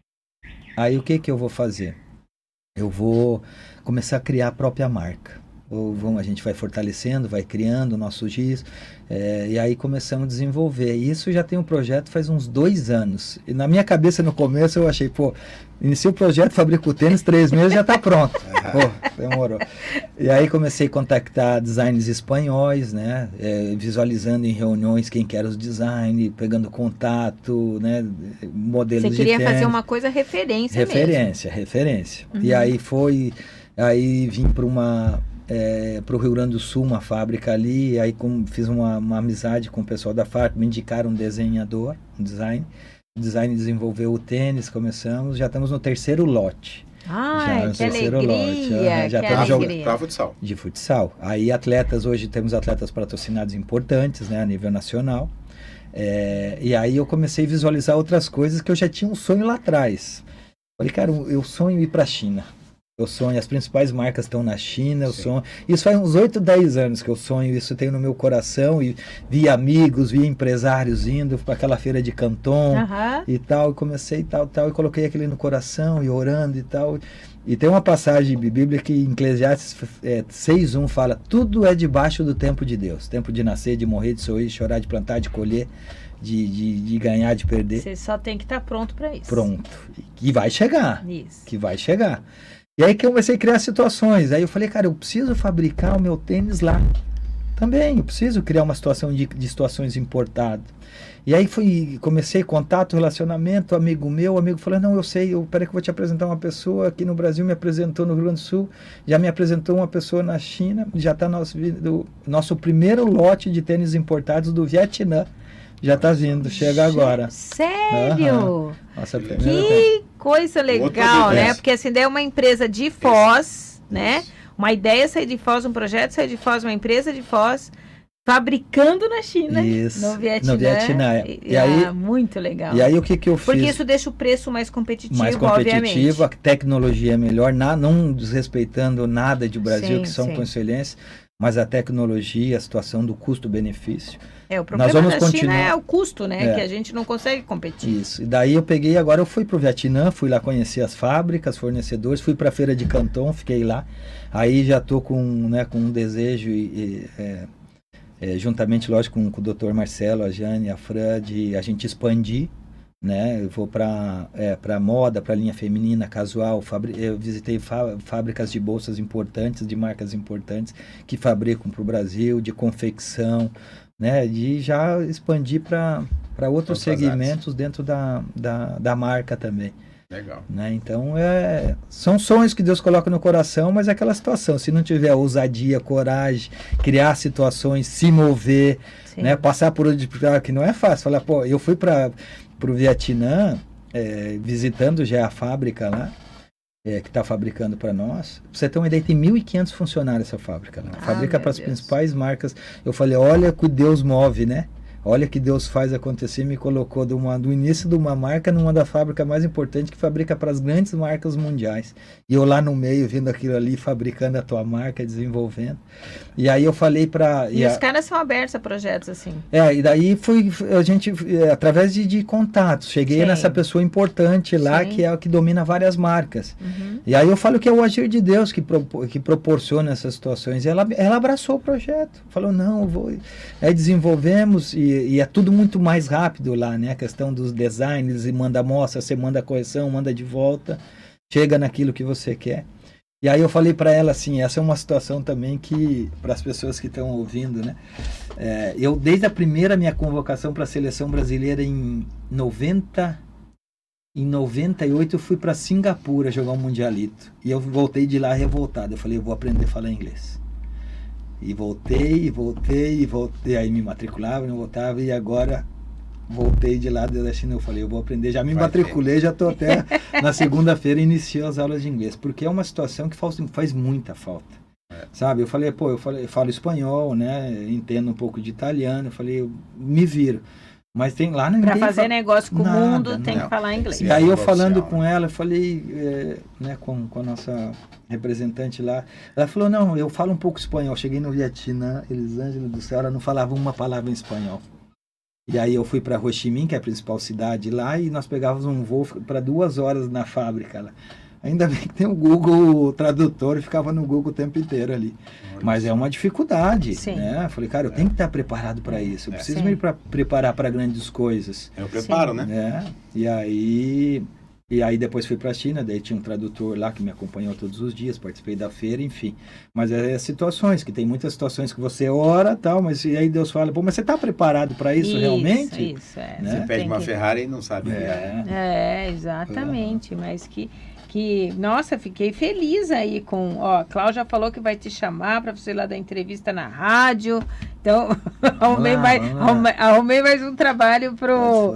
Aí o que que eu vou fazer? Eu vou começar a criar a própria marca. Ou vamos, a gente vai fortalecendo, vai criando o nosso giz, é, e aí começamos a desenvolver. E isso já tem um projeto faz uns dois anos. E na minha cabeça, no começo, eu achei, pô, iniciei o projeto, fabrico o tênis, três meses já está pronto. Pô, demorou. E aí comecei a contactar designers espanhóis, né, é, visualizando em reuniões quem quer os designs, pegando contato, né, modelos de tênis. Você queria fazer uma coisa referência Referência, mesmo. referência. Uhum. E aí foi, aí vim para uma... É, para o Rio Grande do Sul, uma fábrica ali, aí com, fiz uma, uma amizade com o pessoal da fábrica, me indicaram um desenhador, um design, o design desenvolveu o tênis, começamos, já estamos no terceiro lote. Ai, já, que alegria, lote, já, já que alegria. Jogando futsal. De futsal. Aí atletas, hoje temos atletas patrocinados importantes, né, a nível nacional. É, e aí eu comecei a visualizar outras coisas que eu já tinha um sonho lá atrás. Falei, cara, eu sonho ir para a China. Eu sonho, as principais marcas estão na China, eu sonho. Isso faz uns oito, dez anos que eu sonho, isso eu tenho no meu coração, e vi amigos, vi empresários indo para aquela feira de Canton uhum. e tal, e comecei tal, tal, e coloquei aquele no coração, e orando e tal. E tem uma passagem bíblica que em Eclesiastes é, seis um fala, tudo é debaixo do tempo de Deus, tempo de nascer, de morrer, de sorrir, de chorar, de plantar, de colher, de, de, de ganhar, de perder. Você só tem que estar pronto para isso. Pronto, que vai chegar, isso. que vai chegar. E aí que eu comecei a criar situações. Aí eu falei, cara, eu preciso fabricar o meu tênis lá. Também, eu preciso criar uma situação de, de situações importadas. E aí fui, comecei contato, relacionamento, amigo meu, amigo falou, não, eu sei, eu, peraí que eu vou te apresentar uma pessoa aqui no Brasil, me apresentou no Rio Grande do Sul, já me apresentou uma pessoa na China, já está nosso, do, nosso primeiro lote de tênis importados do Vietnã. Já está vindo, chega agora. Sério? Uhum. Nossa, que vez. Coisa legal, né? Porque assim, daí é uma empresa de Foz, Isso. né? Uma ideia sair de Foz, um projeto sair de Foz, uma empresa de Foz, fabricando na China, isso. no Vietnã. No Vietnã. E, e aí, ah, muito legal. E aí o que, que eu fiz? Porque isso deixa o preço mais competitivo, mais competitivo, obviamente. A tecnologia é melhor, na, não desrespeitando nada de Brasil, sim, que são com excelência, mas a tecnologia, a situação do custo-benefício. É, o problema Nós vamos da continuar... China é o custo, né? É. Que a gente não consegue competir. Isso. E daí eu peguei, agora eu fui para o Vietnã, fui lá conhecer as fábricas, fornecedores, fui para a feira de Canton, fiquei lá. Aí já estou com, né, com um desejo, e, e, é, é, juntamente, lógico, com, com o doutor Marcelo, a Jane, a Fran, de a gente expandir. Né? Eu vou para é, para moda, para linha feminina, casual. Fabri... Eu visitei fábricas de bolsas importantes, de marcas importantes, que fabricam para o Brasil, de confecção, né? De já expandir para outros segmentos artes. Dentro da, da, da marca também. Legal. Né? Então, é, são sonhos que Deus coloca no coração, mas é aquela situação. Se não tiver ousadia, coragem, criar situações, se mover, né? Passar por onde... Que não é fácil. Falar, pô, eu fui para o Vietnã, é, visitando já a fábrica lá, é, que está fabricando para nós. Pra você ter uma ideia, tem mil e quinhentos funcionários essa fábrica lá. Ah, fabrica para as principais marcas. Eu falei, olha que Deus move, né? Olha que Deus faz acontecer, me colocou do, uma, do início de uma marca numa da fábrica mais importante que fabrica para as grandes marcas mundiais. E eu lá no meio, vendo aquilo ali, fabricando a tua marca, desenvolvendo. E aí eu falei para... E, e os a... caras são abertos a projetos assim. É, e daí fui, a gente, é, através de, de contatos, cheguei Sim. nessa pessoa importante lá, Sim. que é o que domina várias marcas. Uhum. E aí eu falo que é o agir de Deus que, pro, que proporciona essas situações. E ela, ela abraçou o projeto. Falou, não, eu vou... Aí desenvolvemos e E é tudo muito mais rápido lá, né? A questão dos designs, e manda amostra, você manda a correção, manda de volta, chega naquilo que você quer. E aí eu falei para ela assim, essa é uma situação também que, para as pessoas que estão ouvindo, né? É, eu, desde a primeira minha convocação para a seleção brasileira em noventa, em noventa e oito, eu fui para Singapura jogar um mundialito. E eu voltei de lá revoltado. Eu falei, eu vou aprender a falar inglês. E voltei, e voltei, e voltei, aí me matriculava, não voltava, e agora voltei de lá da China, eu falei, eu vou aprender, já me Vai matriculei, ter. já estou até na segunda-feira, iniciei as aulas de inglês, porque é uma situação que faz, faz muita falta, é. sabe? Eu falei, pô, eu, falei, eu falo espanhol, né, entendo um pouco de italiano, eu falei, eu me viro. Mas tem lá não Para fazer fa... negócio com Nada, o mundo, não. tem que falar inglês. E aí eu falando com ela, eu falei, é, né, com, com a nossa representante lá, ela falou, não, eu falo um pouco espanhol. Cheguei no Vietnã, Elisângela do céu, ela não falava uma palavra em espanhol. E aí eu fui para Ho Chi Minh, que é a principal cidade lá, e nós pegávamos um voo para duas horas na fábrica lá. Ainda bem que tem o Google Tradutor e ficava no Google o tempo inteiro ali. Nossa. Mas é uma dificuldade, Sim. né? Falei, cara, eu é. tenho que estar preparado para isso. Eu é. preciso Sim. me pra, preparar para grandes coisas. É o preparo, Sim. né? É. E aí... E aí depois fui para a China, daí tinha um tradutor lá que me acompanhou todos os dias, participei da feira, enfim. Mas é, é situações, que tem muitas situações que você ora tal, mas e aí Deus fala, pô, mas você está preparado para isso, isso realmente? Isso, é. Né? Você pede uma que... Ferrari e não sabe. É, é exatamente, é. mas que... que, nossa, fiquei feliz aí com, ó, a Cláudia falou que vai te chamar para você ir lá dar entrevista na rádio, então arrumei, lá, mais, arrumei, arrumei mais um trabalho pro,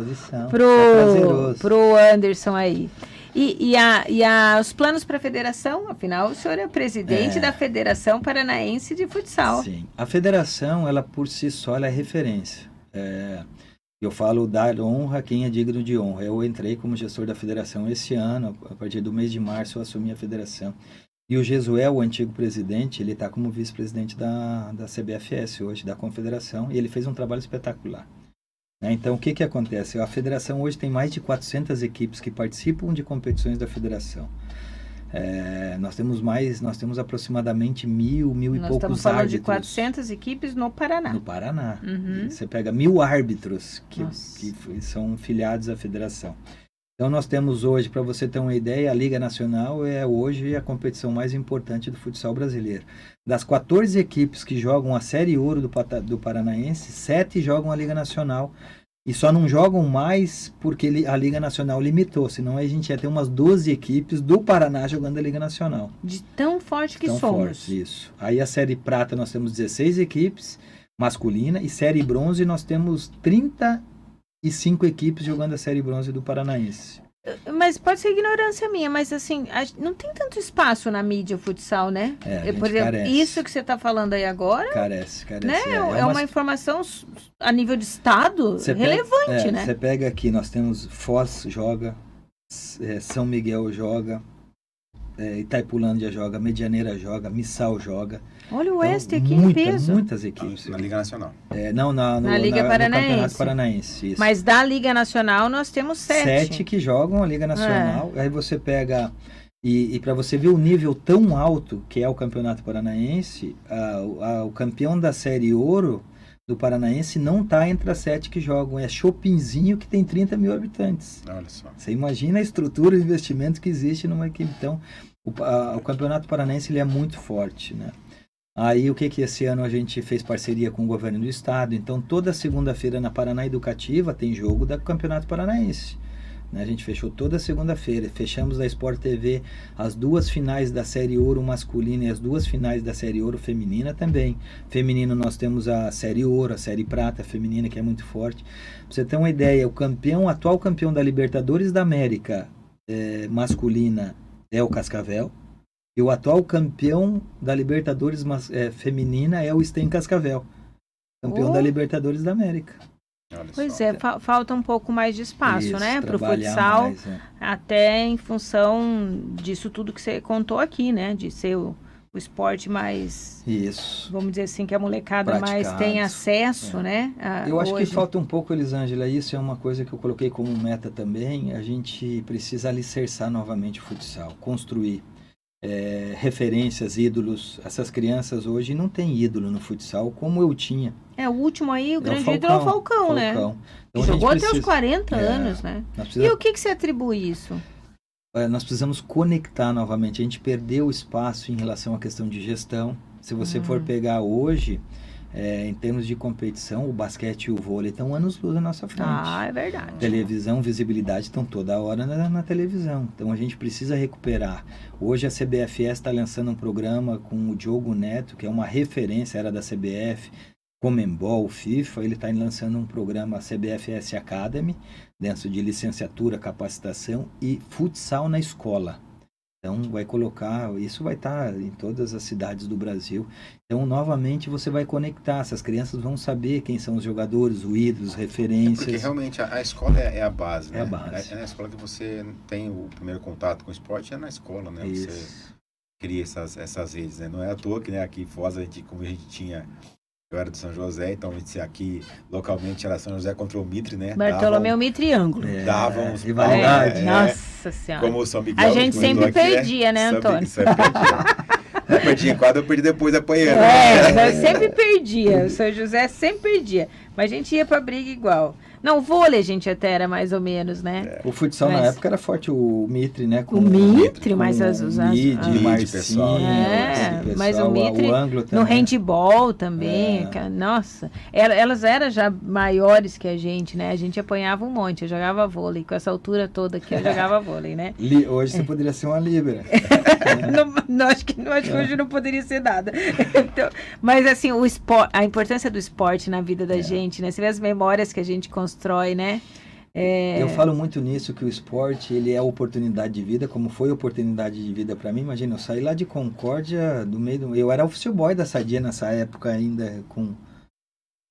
pro, é pro Anderson aí. E, e, a, e a, os planos para a federação, afinal, o senhor é presidente é. da Federação Paranaense de Futsal. Sim, a federação, ela por si só, ela é referência. É... Eu falo dar honra a quem é digno de honra. Eu entrei como gestor da federação esse ano, a partir do mês de março eu assumi a federação. E o Jesuel, o antigo presidente, ele está como vice-presidente da, da C B F S hoje, da confederação, e ele fez um trabalho espetacular. Né? Então, o que, que acontece? A federação hoje tem mais de quatrocentas equipes que participam de competições da federação. É, nós temos mais, nós temos aproximadamente mil, mil e Nós poucos estamos falando árbitros. de quatrocentas equipes no Paraná. No Paraná. Uhum. Você pega mil árbitros que, Nossa. que são filiados à federação. Então nós temos hoje, para você ter uma ideia, a Liga Nacional é hoje a competição mais importante do futsal brasileiro. Das quatorze equipes que jogam a Série Ouro do, do Paranaense, sete jogam a Liga Nacional. E só não jogam mais porque a Liga Nacional limitou, senão a gente ia ter umas doze equipes do Paraná jogando a Liga Nacional. De tão forte que tão somos. Forte, isso. Aí a Série Prata nós temos dezesseis equipes masculina e Série Bronze nós temos trinta e cinco equipes jogando a Série Bronze do Paranaense. Mas pode ser ignorância minha, mas assim, não tem tanto espaço na mídia futsal, né? É, a gente Por exemplo, carece. Isso que você está falando aí agora, Carece, carece. né? É, É, é uma... uma informação a nível de estado Você relevante, pega, é, né? Você pega aqui, nós temos Foz joga, é, São Miguel joga, é, Itaipulândia joga, Medianeira joga, Missal joga. Olha o Então, Oeste aqui muita, em peso. Muitas equipes. Na Liga Nacional. É, não, na, no, Na Liga na, Paranaense. no Campeonato Paranaense. Isso. Mas da Liga Nacional nós temos sete. Sete que jogam a Liga Nacional. É. Aí você pega... E, e para você ver o nível tão alto que é o Campeonato Paranaense, a, a, o campeão da Série Ouro do Paranaense não está entre as sete que jogam. É Chopinzinho, que tem trinta mil habitantes. Olha só. Você imagina a estrutura e o investimento que existe numa equipe. Então, o, a, o Campeonato Paranaense ele é muito forte, né? Aí, o que que esse ano a gente fez parceria com o governo do estado. Então, toda segunda-feira na Paraná Educativa tem jogo do Campeonato Paranaense. Né? A gente fechou toda segunda-feira. Fechamos da Sport T V as duas finais da Série Ouro masculina e as duas finais da Série Ouro feminina também. Feminino nós temos a Série Ouro, a Série Prata feminina, que é muito forte. Pra você ter uma ideia, o campeão, atual campeão da Libertadores da América é, masculina é o Cascavel. E o atual campeão da Libertadores é, feminina é o Sten Cascavel. Campeão oh. da Libertadores da América. Olha pois só. é, fa falta um pouco mais de espaço, Isso, né? Para o futsal, mais, é. até em função disso tudo que você contou aqui, né? De ser o, o esporte mais... Isso. Vamos dizer assim, que a molecada Praticado. mais tem acesso, é. né? A, eu acho hoje. que falta um pouco, Elisângela, isso é uma coisa que eu coloquei como meta também. A gente precisa alicerçar novamente o futsal, construir. É, referências, ídolos. Essas crianças hoje não têm ídolo no futsal como eu tinha. É, o último aí, o é grande o ídolo é o Falcão, Falcão. né? Então, jogou até precisa... os quarenta é, anos, né? Precisa... E o que, que você atribui isso? É, nós precisamos conectar novamente. A gente perdeu o espaço em relação à questão de gestão. Se você hum. for pegar hoje, é, em termos de competição, o basquete e o vôlei estão anos-luz na nossa frente. Ah, é verdade. Televisão, visibilidade estão toda hora na, na televisão. Então a gente precisa recuperar. Hoje a C B F S está lançando um programa com o Diogo Neto, que é uma referência, era da C B F, Comembol, FIFA. Ele está lançando um programa C B F S Academy, dentro de licenciatura, capacitação e futsal na escola. Então, vai colocar, isso vai estar em todas as cidades do Brasil. Então, novamente, você vai conectar. Essas crianças vão saber quem são os jogadores, os ídolos, as referências. É porque realmente a, a escola é, é a base, né? É a base. É, é na escola que você tem o primeiro contato com o esporte, é na escola, né? Isso. Você cria essas, essas redes, né? Não é à toa que, né, aqui em Foz, a gente, como a gente tinha... Eu era do São José, então a gente aqui localmente era São José contra o Mitre, né? Bartolomeu Mitre Triângulo. É, davam uns rivalidade. É, nossa senhora. Como o São Miguel. A gente sempre aqui, perdia, né, né? Antônio? Sempre perdia. Eu perdi em quadra, eu perdi depois apanhando. É, nós sempre perdia. O São José sempre perdia. Mas a gente ia pra briga igual. Não, o vôlei a gente até era mais ou menos, né? É. O futsal mas... na época era forte, o Mitre, né? Com o Mitre, mas as... O as, Mid, as... Marcinho, pessoal. É, pessoal, mas o Mitre, o Anglo no handball também, é. nossa. Elas eram já maiores que a gente, né? A gente apanhava um monte, eu jogava vôlei, com essa altura toda aqui eu jogava vôlei, né? Hoje você é. poderia ser uma líbera. não, não, acho que, não, acho que hoje não poderia ser nada. Então, mas assim, o esporte, a importância do esporte na vida da é. gente, né? Você vê as memórias que a gente constrói, né? É... Eu falo muito nisso, que o esporte ele é oportunidade de vida, como foi oportunidade de vida para mim. Imagina, eu saí lá de Concórdia, do meio do... Eu era office boy da Sadia nessa época ainda, com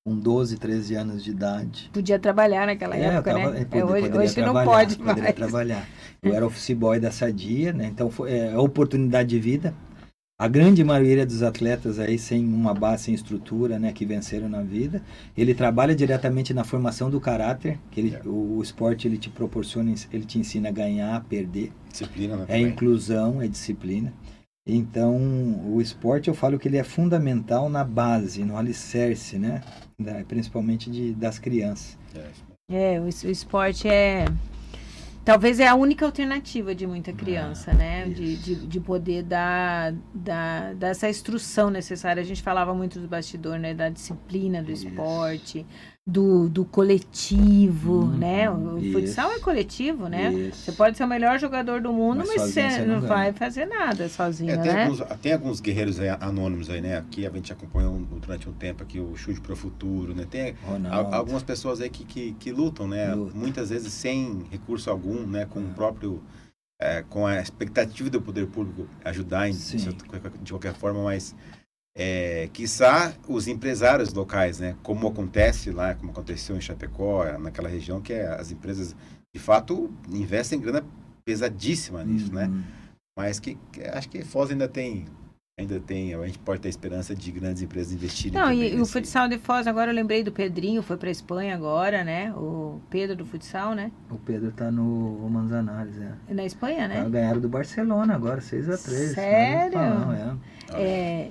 com doze, treze anos de idade. Podia trabalhar naquela é, época, tava, né? Poder, é, hoje hoje não pode mais. Poderia trabalhar. Eu era office boy da Sadia, né? Então foi é, oportunidade de vida. A grande maioria dos atletas aí sem uma base, sem estrutura, né, que venceram na vida, ele trabalha diretamente na formação do caráter, que ele, é. o, o esporte ele te proporciona, ele te ensina a ganhar, a perder. Disciplina, né? É inclusão, é disciplina. Então, o esporte eu falo que ele é fundamental na base, no alicerce, né, da, principalmente de, das crianças. É, o, o esporte é... Talvez é a única alternativa de muita criança, ah, né? De, de, de poder dar, dar, dar essa instrução necessária. A gente falava muito do bastidor, né? Da disciplina do isso. esporte, do, do coletivo, hum, né? O isso. futsal é coletivo, né? Isso. Você pode ser o melhor jogador do mundo, mas, mas você, você não, não vai fazer nada sozinho, é, tem né? Alguns, tem alguns guerreiros aí, anônimos aí, né? Aqui a gente acompanhou durante um tempo aqui o Chute para o Futuro, né? Tem a, algumas pessoas aí que, que, que lutam, né? Luta. Muitas vezes sem recurso algum, né, com é. o próprio é, com a expectativa do poder público ajudar em, de qualquer forma, mas é, quiçá os empresários locais, né, como acontece lá, como aconteceu em Chapecó, naquela região, que é, as empresas de fato investem grana pesadíssima nisso, uhum. né, mas que, que acho que Foz ainda tem Ainda tem, a gente pode ter esperança de grandes empresas investirem. Não, e o futsal de Foz, agora eu lembrei do Pedrinho, foi para a Espanha agora, né? O Pedro do futsal, né? O Pedro tá no Manzanares, é. Na Espanha, né? Ah, ganharam do Barcelona agora, seis a três. Sério? Não, é. É,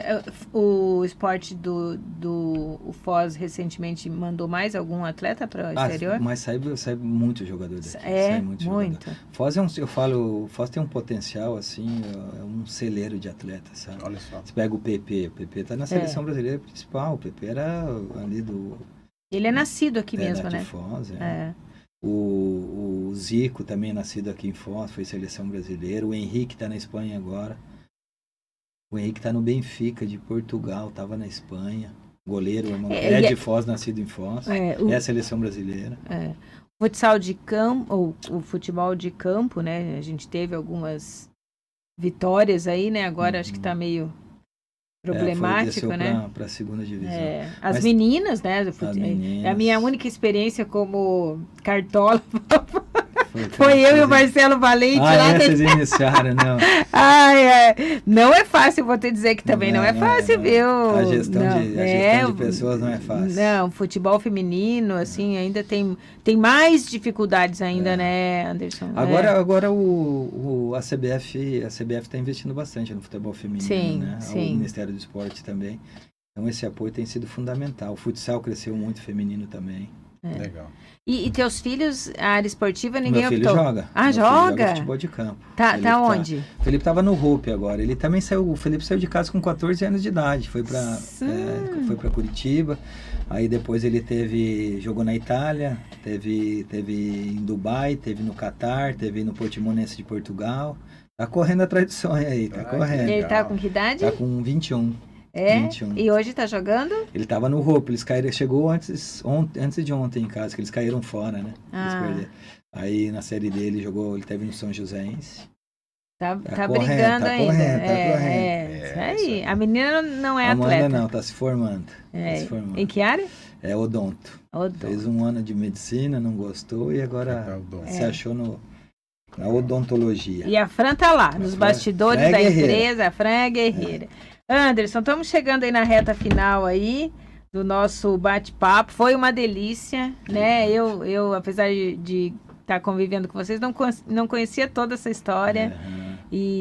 o esporte do, do o Foz recentemente mandou mais algum atleta para o ah, exterior? Mas sai, sai muito jogador daqui. É, sai muito. muito. Jogador. Foz é um, eu falo, Foz tem um potencial assim, é um celeiro de atletas, sabe? Olha só. Você pega o P P, o P P tá na seleção é. brasileira principal, o P P era ali do... Ele é nascido aqui é, mesmo, né? De Foz, é. é. O, o Zico também é nascido aqui em Foz, foi seleção brasileira, o Henrique tá na Espanha agora. O Henrique tá no Benfica de Portugal, tava na Espanha. Goleiro, é, é de é... Foz, nascido em Foz. É, o... é a seleção brasileira. É. O futsal de campo, ou o futebol de campo, né? A gente teve algumas vitórias aí, né? Agora uhum. acho que tá meio problemático, é, né? Para a segunda divisão. É. As Mas... meninas, né? Do fute... As meninas... A minha única experiência como cartola... Foi, foi eu e o Marcelo Valente ah, lá. É, vocês iniciaram, não. Ai, é. Não é fácil, vou te dizer que também não, não é fácil, não, viu? A gestão, não, de, a é, gestão de pessoas não é fácil. Não, futebol feminino, assim, ainda tem, tem mais dificuldades ainda, é. né, Anderson? Agora, é. agora o, o, a C B F a C B F está investindo bastante no futebol feminino, sim, né? Sim. O Ministério do Esporte também. Então esse apoio tem sido fundamental. O futsal cresceu muito feminino também. É. Legal. E, e teus filhos, a área esportiva, ninguém Meu filho optou? joga. Ah, Meu joga? Filho joga futebol de campo. Tá, tá onde? Tá, o Felipe tava no Hope agora. Ele também saiu, o Felipe saiu de casa com quatorze anos de idade. Foi para é, foi para Curitiba. Aí depois ele teve, jogou na Itália, teve, teve em Dubai, teve no Catar, teve no Portimonense de Portugal. Tá correndo atrás do sonho aí, tá ah, correndo. Ele tá com que idade? Tá com vinte e um. É? vinte e um. E hoje tá jogando? Ele tava no Hope, eles caíram, chegou antes, ont, antes de ontem em casa, que eles caíram fora, né? Ah. Aí na série dele jogou, ele teve no São Joséense. Tá, tá, tá brigando tá ainda. Correndo, tá é, correndo. É, isso aí. A menina não é a atleta. Amanda não, tá se formando. É. Tá se formando. Em que área? É odonto. Odonto. Fez um ano de medicina, não gostou e agora é. se achou no, na odontologia. E a Fran tá lá, nos Fran, bastidores Fran da Guerreira. empresa, a Fran é guerreira. É. Anderson, estamos chegando aí na reta final aí do nosso bate-papo. Foi uma delícia, né? Eu, eu apesar de estar convivendo com vocês, não, não conhecia toda essa história. Uhum.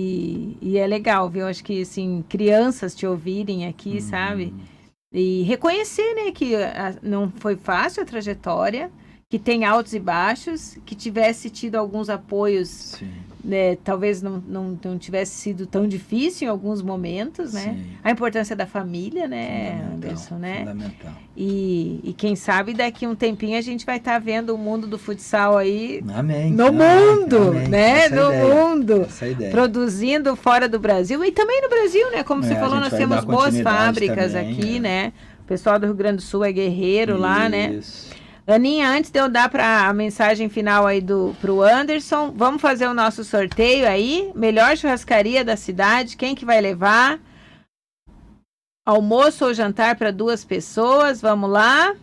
E, e é legal, viu? Acho que, assim, crianças te ouvirem aqui, uhum. sabe? E reconhecer, né, que a, não foi fácil a trajetória, que tem altos e baixos, que tivesse tido alguns apoios... Né, talvez não, não, não tivesse sido tão difícil em alguns momentos, né? Sim. A importância da família, né, Anderson, né? Fundamental. E, e quem sabe daqui a um tempinho a gente vai estar tá vendo o mundo do futsal aí amém, no amém, mundo, amém. né? Essa no ideia, mundo, produzindo fora do Brasil e também no Brasil, né? Como é, você falou, nós temos boas fábricas também, aqui, é. né? O pessoal do Rio Grande do Sul é guerreiro Isso. lá, né? Aninha, antes de eu dar para a mensagem final aí do, pro Anderson, vamos fazer o nosso sorteio aí, melhor churrascaria da cidade, quem que vai levar? Almoço ou jantar para duas pessoas? Vamos lá.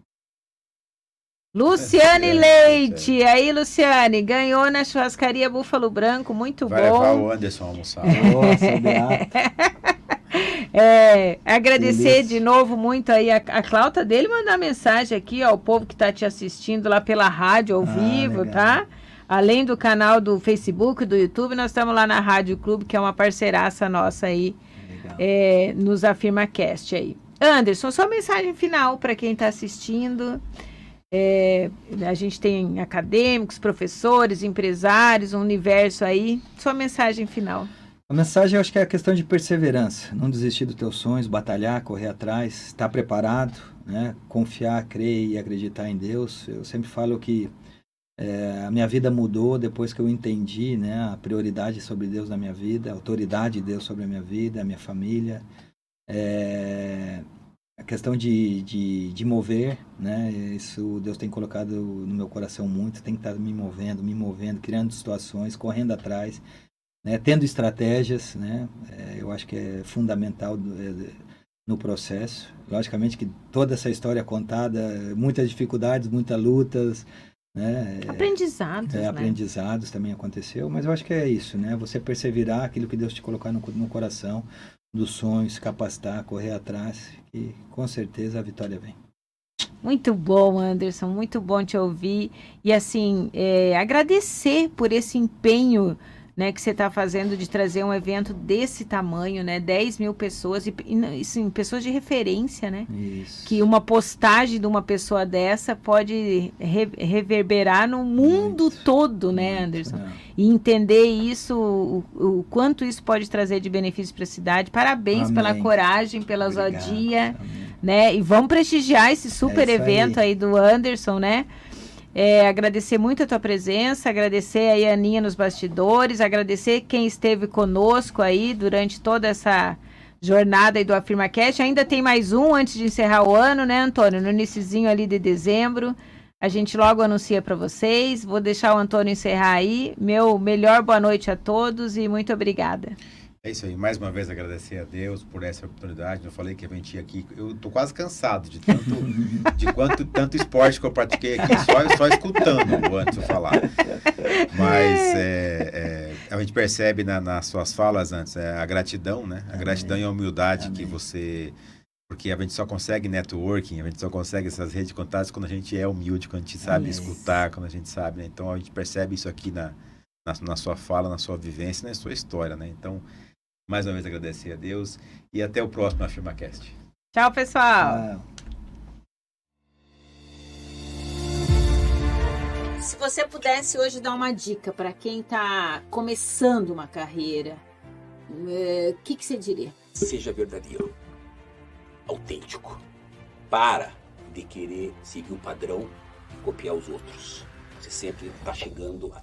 Luciane Leite. E aí, Luciane, ganhou na churrascaria Búfalo Branco, muito Vai bom. Vai levar o Anderson a almoçar. Nossa, é, agradecer de novo muito aí a, a Cláudia dele, mandar mensagem aqui, ó, o povo que está te assistindo lá pela rádio ao ah, vivo, legal. Tá? Além do canal do Facebook, do YouTube, nós estamos lá na Rádio Clube, que é uma parceiraça nossa aí, é, nos AfirmaCast aí. Anderson, sua mensagem final para quem está assistindo. É, a gente tem acadêmicos, professores, empresários, um universo aí. Sua mensagem final. A mensagem, eu acho que é a questão de perseverança. Não desistir dos teus sonhos, batalhar, correr atrás, estar preparado, né? Confiar, crer e acreditar em Deus. Eu sempre falo que é, a minha vida mudou depois que eu entendi, né, a prioridade sobre Deus na minha vida, a autoridade de Deus sobre a minha vida, a minha família. É, a questão de, de, de mover, né? Isso Deus tem colocado no meu coração muito, tem que estar me movendo, me movendo, criando situações, correndo atrás, né? Tendo estratégias, né? É, eu acho que é fundamental é, no processo. Logicamente que toda essa história contada, muitas dificuldades, muitas lutas, né? Aprendizados, é, né? Aprendizados também aconteceu, mas eu acho que é isso, né? Você perseverar aquilo que Deus te colocar no, no coração, dos sonhos, capacitar, correr atrás, e com certeza a vitória vem. Muito bom, Anderson, muito bom te ouvir e assim, é, agradecer por esse empenho, né, que você está fazendo de trazer um evento desse tamanho, né, dez mil pessoas, e, e sim, pessoas de referência, né, Isso. Que uma postagem de uma pessoa dessa pode re, reverberar no mundo muito, todo, né, muito, Anderson, não. E entender isso, o, o quanto isso pode trazer de benefício para a cidade. Parabéns Amém. Pela coragem, pela Obrigado. Ousadia, Amém. Né, e vamos prestigiar esse super é evento aí. aí do Anderson, né. É, agradecer muito a tua presença, agradecer aí a Aninha nos bastidores, agradecer quem esteve conosco aí durante toda essa jornada aí do AfirmaCast. Ainda tem mais um antes de encerrar o ano, né, Antônio? No iniciozinho ali de dezembro. A gente logo anuncia para vocês. Vou deixar o Antônio encerrar aí. Meu melhor boa noite a todos e muito obrigada. É isso aí, mais uma vez agradecer a Deus por essa oportunidade. Eu falei que a gente ia aqui, eu tô quase cansado de tanto, de quanto tanto esporte que eu pratiquei aqui, só, só escutando antes de falar. Mas é, é, a gente percebe na, nas suas falas antes, é, a gratidão, né? A gratidão Amém. E a humildade Amém. Que você... Porque a gente só consegue networking, a gente só consegue essas redes de contatos quando a gente é humilde, quando a gente sabe Amém. Escutar, quando a gente sabe, né? Então a gente percebe isso aqui na, na, na sua fala, na sua vivência, na sua história, né? Então... Mais uma vez agradecer a Deus e até o próximo AfirmaCast. Tchau, pessoal. Tchau. Se você pudesse hoje dar uma dica para quem está começando uma carreira, o é, que, que você diria? Seja verdadeiro, autêntico. Para de querer seguir o padrão e copiar os outros. Você sempre está chegando